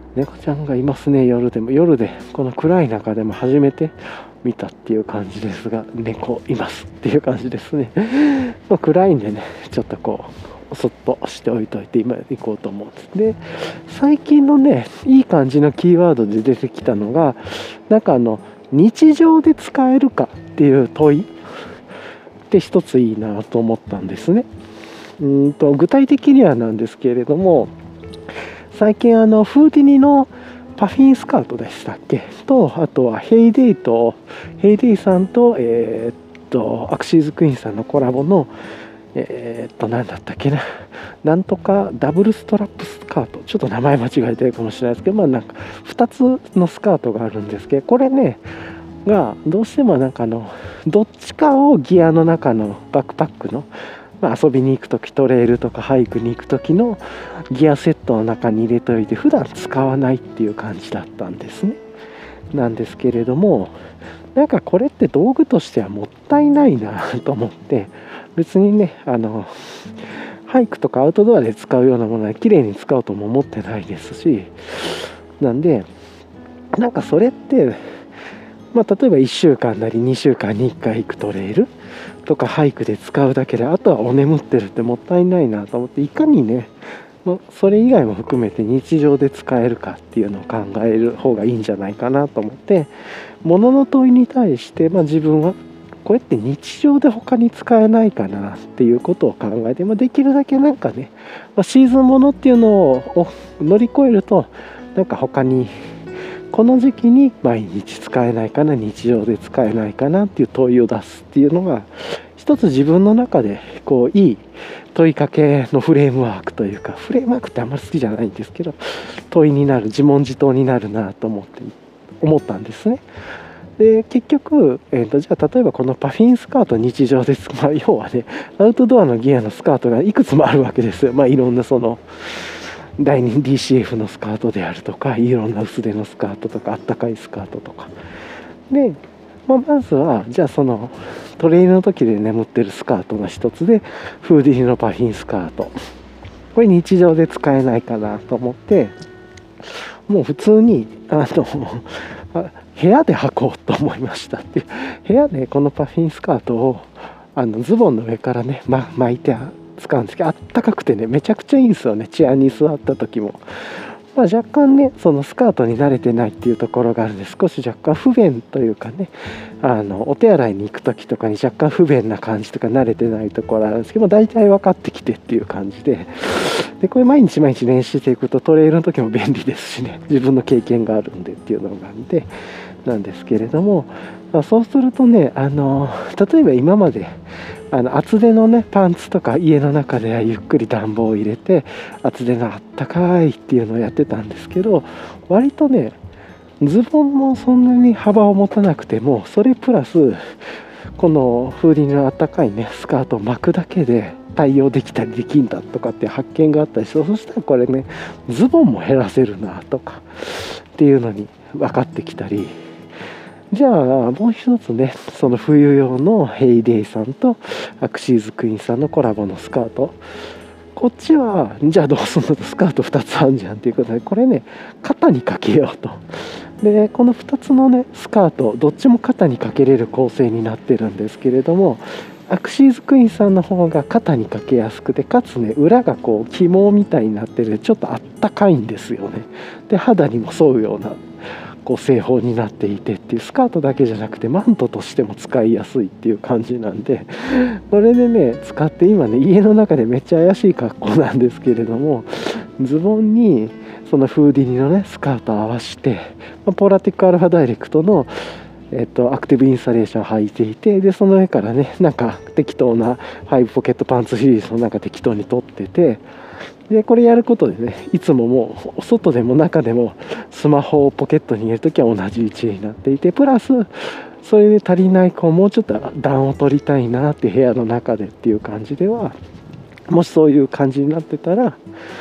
猫ちゃんがいますね。夜でこの暗い中でも初めて見たっていう感じですが、猫いますっていう感じですね。暗いんでね、ちょっとこうそっとしておいといて今行こうと思うんです。で、最近のねいい感じのキーワードで出てきたのが、なんか日常で使えるかっていう問いって一ついいなと思ったんですね。具体的にはなんですけれども、最近フーディニのパフィンスカートでしたっけと、あとはヘイデイさんとアクシーズクイーンさんのコラボのなんだったっけな、なんとかダブルストラップスカート、ちょっと名前間違えてるかもしれないですけど、なんか2つのスカートがあるんですけど、これねがどうしてもなんかどっちかをギアの中のバックパックの、遊びに行くとき、トレイルとかハイクに行くときのギアセットの中に入れておいて普段使わないっていう感じだったんですね。なんですけれども、なんかこれって道具としてはもったいないなと思って、別にねハイクとかアウトドアで使うようなものは綺麗に使おうとも思ってないですし、なんでなんかそれって例えば1週間なり2週間に1回行くトレイルとかハイクで使うだけで、あとはお眠ってるってもったいないなと思って、いかにねそれ以外も含めて日常で使えるかっていうのを考える方がいいんじゃないかなと思って、物の問いに対して、自分はこうやって日常で他に使えないかなっていうことを考えて、できるだけなんかね、シーズンものっていうのを乗り越えると、なんか他にこの時期に毎日使えないかな、日常で使えないかなっていう問いを出すっていうのが一つ自分の中でこういい問いかけのフレームワークというか、フレームワークってあんまり好きじゃないんですけど、問いになる、自問自答になるなと思ったんですね。で結局、じゃあ例えばこのパフィンスカート日常です、要はねアウトドアのギアのスカートがいくつもあるわけですよ。いろんなその第2 DCF のスカートであるとか、いろんな薄手のスカートとか、あったかいスカートとかで、まずはじゃあそのトレイルの時で眠ってるスカートの一つでフーディニのパフィンスカート、これ日常で使えないかなと思って、もう普通に部屋で履こうと思いましたっていう。部屋でこのパフィンスカートをズボンの上からね、巻いて使うんですけど、あったかくてねめちゃくちゃいいんですよね。チェアに座った時も、若干ねそのスカートに慣れてないっていうところがあるんで、少し若干不便というかね、お手洗いに行く時とかに若干不便な感じとか慣れてないところあるんですけど、大体分かってきてっていう感じで、これ毎日練習していくとトレイルの時も便利ですしね、自分の経験があるんでっていうのがあるんでなんですけれども、そうするとね例えば今まで厚手のねパンツとか家の中ではゆっくり暖房を入れて厚手のあったかいっていうのをやってたんですけど、割とねズボンもそんなに幅を持たなくても、それプラスこのフーディニのあったかいねスカートを巻くだけで対応できたりできんだとかって発見があったりして、そしたらこれねズボンも減らせるなとかっていうのに分かってきたり、じゃあもう一つね、その冬用のヘイデイさんとアクシーズクイーンさんのコラボのスカート、こっちはじゃあどうすんのと、スカート2つあるじゃんっていうことで、これね肩にかけようと。でこの2つのねスカートどっちも肩にかけれる構成になってるんですけれども、アクシーズクイーンさんの方が肩にかけやすくて、かつね裏がこう起毛みたいになってる、ちょっとあったかいんですよね。で肌にも沿うようなこう製法になっていてっていう、スカートだけじゃなくてマントとしても使いやすいっていう感じなんで、これでね使って今ね家の中でめっちゃ怪しい格好なんですけれども、ズボンにそのフーディニのねスカートを合わせて、ポラティックアルファダイレクトのアクティブインスタレーションを履いていて、でその上からねなんか適当なファイブポケットパンツシリーズをなんか適当に取ってて、でこれやることでねいつももう外でも中でもスマホをポケットに入れるときは同じ位置になっていて、プラスそれで足りないもうちょっと暖を取りたいなって部屋の中でっていう感じでは、もしそういう感じになってたら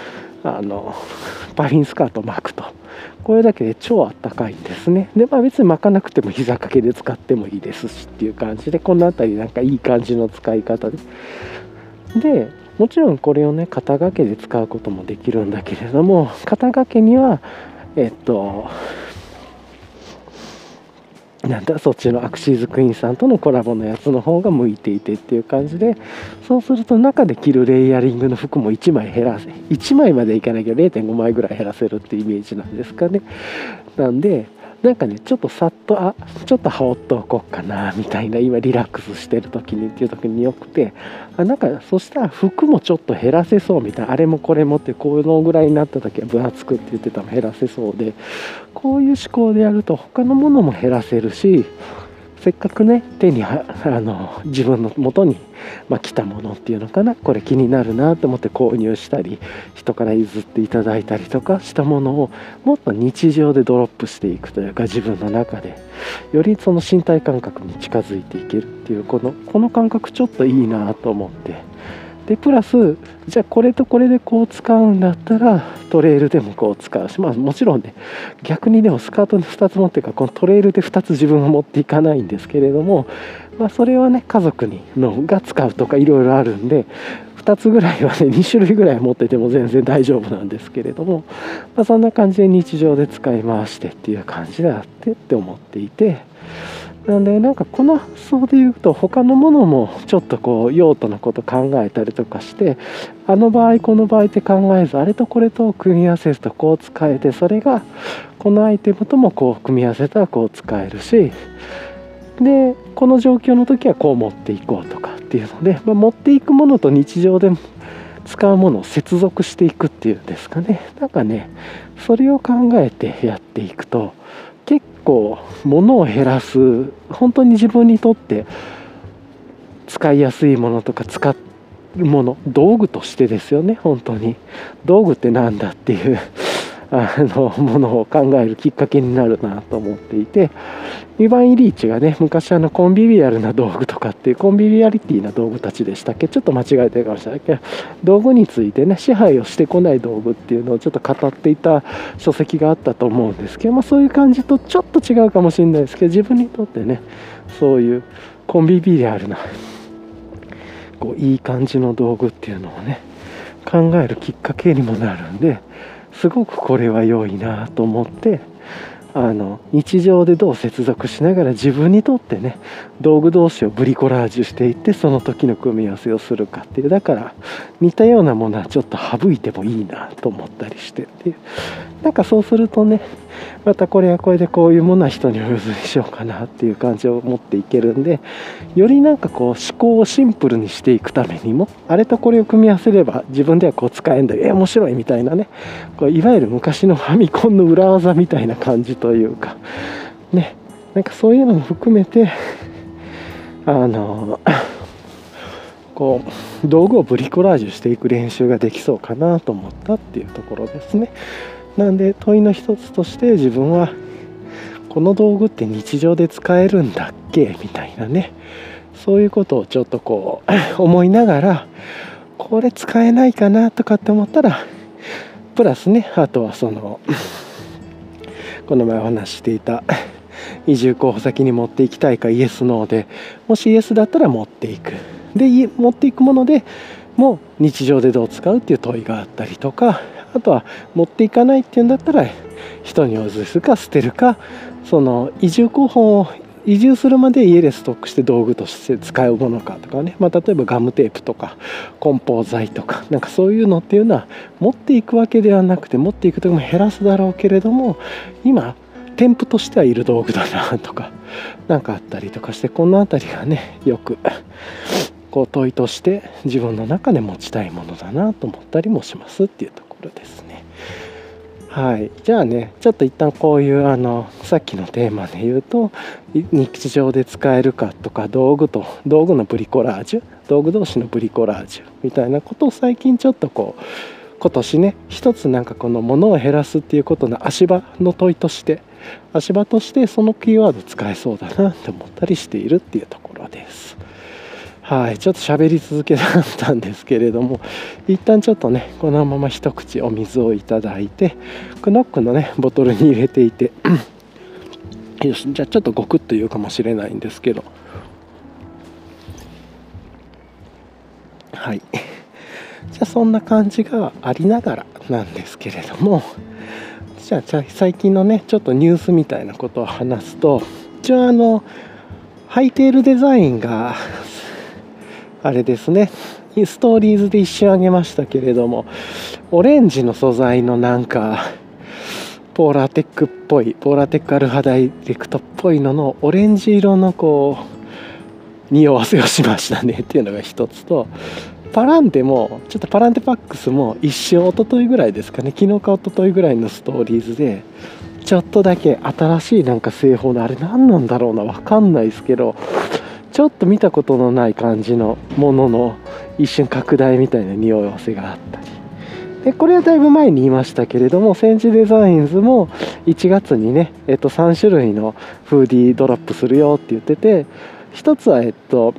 パフィンスカートを巻くと、これだけで超あったかいんですね。で別に巻かなくても膝掛けで使ってもいいですしっていう感じで、この辺りなんかいい感じの使い方でもちろんこれをね肩掛けで使うこともできるんだけれども、肩掛けにはなんだそっちのアクシーズクイーンさんとのコラボのやつの方が向いていてっていう感じで、そうすると中で着るレイヤリングの服も1枚減らせ、1枚までいかなきゃ 0.5 枚ぐらい減らせるっていうイメージなんですかね。なんでなんかねちょっとさっとちょっと羽織っておこうかなみたいな、今リラックスしてる時にっていう時によくて、なんかそしたら服もちょっと減らせそうみたいな、あれもこれもってこのぐらいになった時は分厚くって言ってたの減らせそうで、こういう思考でやると他のものも減らせるし、せっかくね手に自分の元に、来たものっていうのかな、これ気になるなと思って購入したり人から譲っていただいたりとかしたものをもっと日常でドロップしていくというか、自分の中でよりその身体感覚に近づいていけるっていうこの感覚ちょっといいなと思って、でプラスじゃあこれとこれでこう使うんだったらトレイルでもこう使うし、もちろんね逆にでもスカートに2つ持ってるからこのトレイルで2つ自分は持っていかないんですけれども、それはね家族が使うとかいろいろあるんで2つぐらいはね2種類ぐらい持ってても全然大丈夫なんですけれども、そんな感じで日常で使い回してっていう感じであってって思っていて、なんでなんかこの発想で言うと他のものもちょっとこう用途のこと考えたりとかして、あの場合この場合って考えずあれとこれと組み合わせるとこう使えて、それがこのアイテムともこう組み合わせたらこう使えるし、でこの状況の時はこう持っていこうとかっていうので、持っていくものと日常で使うものを接続していくっていうんですかね。なんかねそれを考えてやっていくと結構物を減らす、本当に自分にとって使いやすいものとか使うもの、道具としてですよね。本当に道具ってなんだっていうものを考えるきっかけになるなと思っていて、イヴァン・イリーチがね昔コンビビアルな道具とかっていうコンビビアリティな道具たちでしたっけ、ちょっと間違えてるかもしれないけど、道具についてね支配をしてこない道具っていうのをちょっと語っていた書籍があったと思うんですけど、そういう感じとちょっと違うかもしれないですけど、自分にとってねそういうコンビビアルなこういい感じの道具っていうのをね考えるきっかけにもなるんで、すごくこれは良いなと思って、日常でどう接続しながら自分にとってね道具同士をブリコラージュしていってその時の組み合わせをするかっていう、だから似たようなものはちょっと省いてもいいなと思ったりしてっていう、なんかそうするとねまたこれはこれでこういうものは人にお譲りしようかなっていう感じを持っていけるんで、よりなんかこう思考をシンプルにしていくためにもあれとこれを組み合わせれば自分ではこう使えんだよ、面白いみたいなね、こういわゆる昔のファミコンの裏技みたいな感じというかね、なんかそういうのも含めてこう道具をブリコラージュしていく練習ができそうかなと思ったっていうところですね。なんで問いの一つとして自分はこの道具って日常で使えるんだっけみたいなね、そういうことをちょっとこう思いながらこれ使えないかなとかって思ったらプラスね、あとはこの前お話ししていた移住候補先に持っていきたいかイエスノーで、もしイエスだったら持っていく、で持っていくものでもう日常でどう使うっていう問いがあったりとか、あとは持っていかないっていうんだったら人にお譲りするか捨てるか、その移住候補を移住するまで家でストックして道具として使うものかとかね、例えばガムテープとか梱包材とかなんかそういうのっていうのは持っていくわけではなくて、持っていくときも減らすだろうけれども今添付としてはいる道具だなとかなんかあったりとかして、この辺りがねよくこう問いとして自分の中で持ちたいものだなと思ったりもしますっていうところですね。はい、じゃあねちょっと一旦こういうさっきのテーマで言うと日常で使えるかとか道具のブリコラージュ、道具同士のブリコラージュみたいなことを最近ちょっとこう今年ね一つなんかこの物を減らすっていうことの足場の問いとしてそのキーワード使えそうだなって思ったりしているっていうところです。はい、ちょっと喋り続けだったんですけれども、一旦ちょっとねこのまま一口お水をいただいてクノックのねボトルに入れていてよし、じゃあちょっとゴクッと言うかもしれないんですけど、はい、じゃあそんな感じがありながらなんですけれども、 じゃあ最近のねちょっとニュースみたいなことを話すと、一応ハイテールデザインがあれですね、ストーリーズで一瞬あげましたけれども、オレンジの素材のなんかポーラーテックっぽい、ポーラーテックアルファダイレクトっぽいののオレンジ色のこう匂わせをしましたねっていうのが一つと、パランテもちょっとパランテパックスも一瞬一昨日ぐらいですかね、昨日か一昨日ぐらいのストーリーズでちょっとだけ新しいなんか製法の、あれ何なんだろうな、分かんないですけど、ちょっと見たことのない感じのものの一瞬拡大みたいな匂わせがあったりで、これはだいぶ前に言いましたけれども、センチデザインズも1月にね、3種類のフーディードロップするよって言ってて、一つは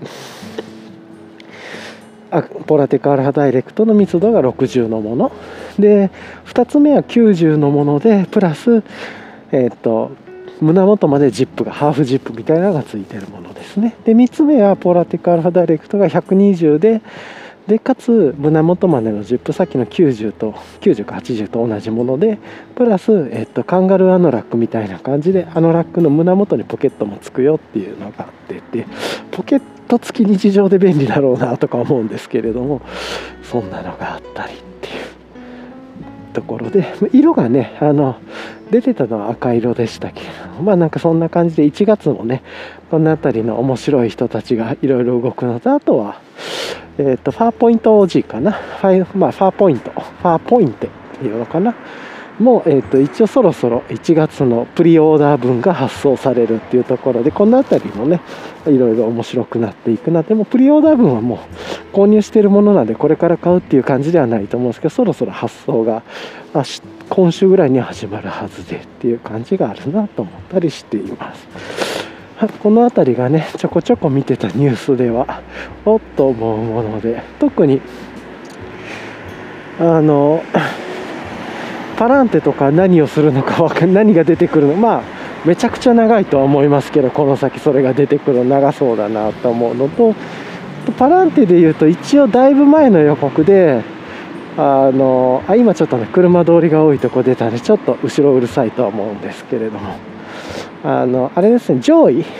ポラテックアルファダイレクトの密度が60のもので、2つ目は90のものでプラス胸元までジップがハーフジップみたいなのがついてるものですね。で3つ目はポラテックアルファダイレクトが120でかつ胸元までのジップ、さっきの90と90か80と同じものでプラス、カンガルーアノラックみたいな感じで、アノラックの胸元にポケットもつくよっていうのがあって、ポケット付き日常で便利だろうなとか思うんですけれども、そんなのがあったりっていうところで、色がね出てたのは赤色でしたけれども、なんかそんな感じで1月もねこの辺りの面白い人たちがいろいろ動くのと、あとはファーポイント OG かな、ファーポインテっていうのかな、もう、一応そろそろ1月のプリオーダー分が発送されるっていうところで、この辺りもねいろいろ面白くなっていくな。でもプリオーダー分はもう購入しているものなんでこれから買うっていう感じではないと思うんですけど、そろそろ発送が今週ぐらいに始まるはずでっていう感じがあるなと思ったりしています。この辺りがねちょこちょこ見てたニュースではおっと思うもので、特にパランテとか何をするのか何が出てくるの、めちゃくちゃ長いとは思いますけど、この先それが出てくるの長そうだなと思うのと、パランテでいうと一応だいぶ前の予告で今ちょっとね車通りが多いとこ出たんでちょっと後ろうるさいとは思うんですけれども、あれですね、上位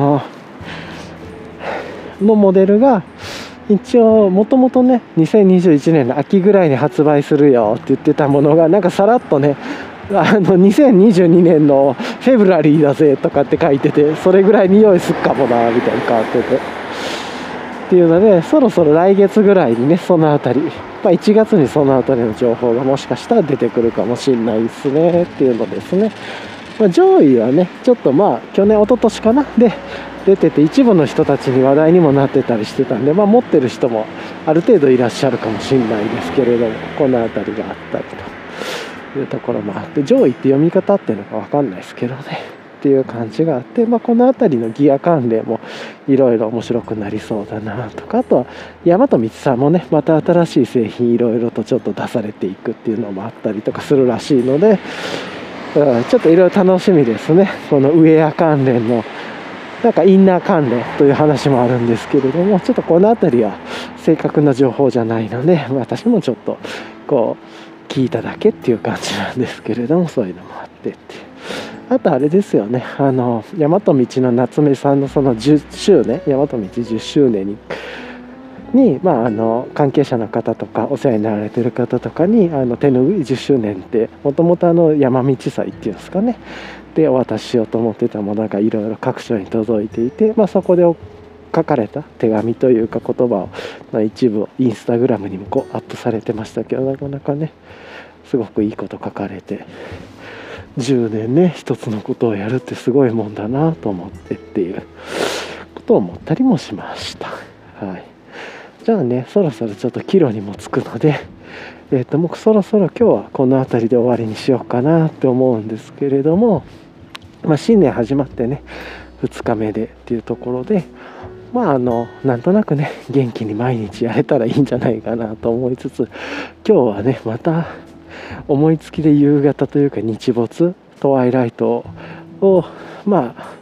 のモデルが一応もともとね2021年の秋ぐらいに発売するよって言ってたものが、なんかさらっとね2022年のフェブラリーだぜとかって書いてて、それぐらいに用意すっかもなみたいに変わっててっていうので、そろそろ来月ぐらいにねそのあたり、1月にそのあたりの情報がもしかしたら出てくるかもしれないですねっていうのですね。上位はねちょっと去年一昨年かなで出てて、一部の人たちに話題にもなってたりしてたんで、持ってる人もある程度いらっしゃるかもしれないですけれども、この辺りがあったりというところもあって、上位って読み方っていうのか分かんないですけどねっていう感じがあって、この辺りのギア関連もいろいろ面白くなりそうだなとか、あとは大和道さんもねまた新しい製品いろいろとちょっと出されていくっていうのもあったりとかするらしいので、ちょっといろいろ楽しみですね。このウェア関連のなんかインナー関連という話もあるんですけれども、ちょっとこの辺りは正確な情報じゃないので、私もちょっとこう聞いただけっていう感じなんですけれども、そういうのもあってっていう。あとあれですよね、大和道の夏目さんのその10周年大和道10周年に関係者の方とかお世話になられている方とかに手ぬぐい10周年ってもともと山道祭っていうんですかねでお渡ししようと思ってたものがいろいろ各所に届いていて、そこで書かれた手紙というか言葉を、一部インスタグラムにもアップされてましたけど、なかなかねすごくいいこと書かれて、10年ね一つのことをやるってすごいもんだなと思ってっていうことを思ったりもしました。はい、じゃあねそろそろちょっとキロにもつくので、もうそろそろ今日はこの辺りで終わりにしようかなって思うんですけれども、新年始まってね2日目でっていうところで、なんとなくね元気に毎日やれたらいいんじゃないかなと思いつつ、今日はねまた思いつきで夕方というか日没トワイライトを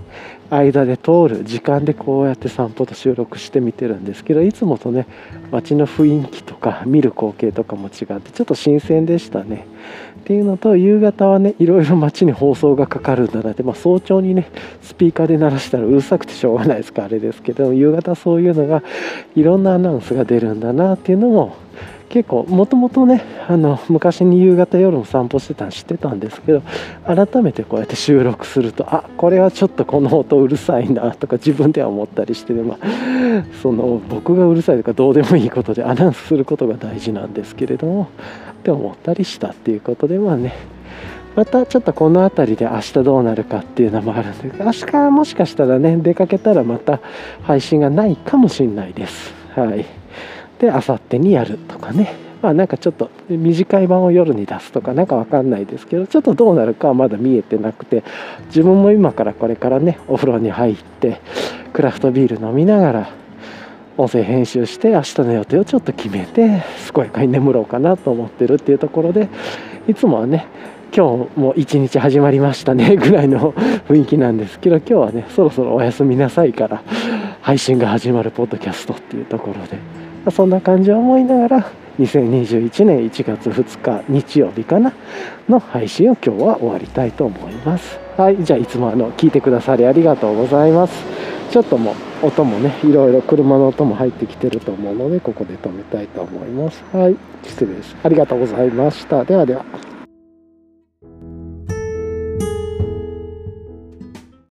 間で通る時間でこうやって散歩と収録してみてるんですけど、いつもとね街の雰囲気とか見る光景とかも違ってちょっと新鮮でしたね。っていうのと、夕方はねいろいろ街に放送がかかるんだなって、早朝にねスピーカーで鳴らしたらうるさくてしょうがないですからあれですけど、夕方そういうのがいろんなアナウンスが出るんだなっていうのも結構もともとね昔に夕方夜も散歩してたの知ってたんですけど、改めてこうやって収録するとこれはちょっとこの音うるさいなとか自分では思ったりしてね、僕がうるさいとかどうでもいいことでアナウンスすることが大事なんですけれどもって思ったりしたっていうことで、またちょっとこの辺りで明日どうなるかっていうのもあるんで、明日もしかしたらね出かけたらまた配信がないかもしれないです。はい。で明後日にやるとかね、なんかちょっと短い版を夜に出すとかなんかわかんないですけど、ちょっとどうなるかはまだ見えてなくて、自分も今からこれからねお風呂に入ってクラフトビール飲みながら音声編集して明日の予定をちょっと決めて健やかに眠ろうかなと思ってるっていうところで、いつもはね今日も一日始まりましたねぐらいの雰囲気なんですけど、今日はねそろそろおやすみなさいから配信が始まるポッドキャストっていうところで、そんな感じを思いながら2021年1月2日日曜日かなの配信を今日は終わりたいと思います。はい、じゃあいつも聞いてくださりありがとうございます。ちょっともう音もねいろいろ車の音も入ってきてると思うのでここで止めたいと思います。はい、失礼です。ありがとうございました。ではでは。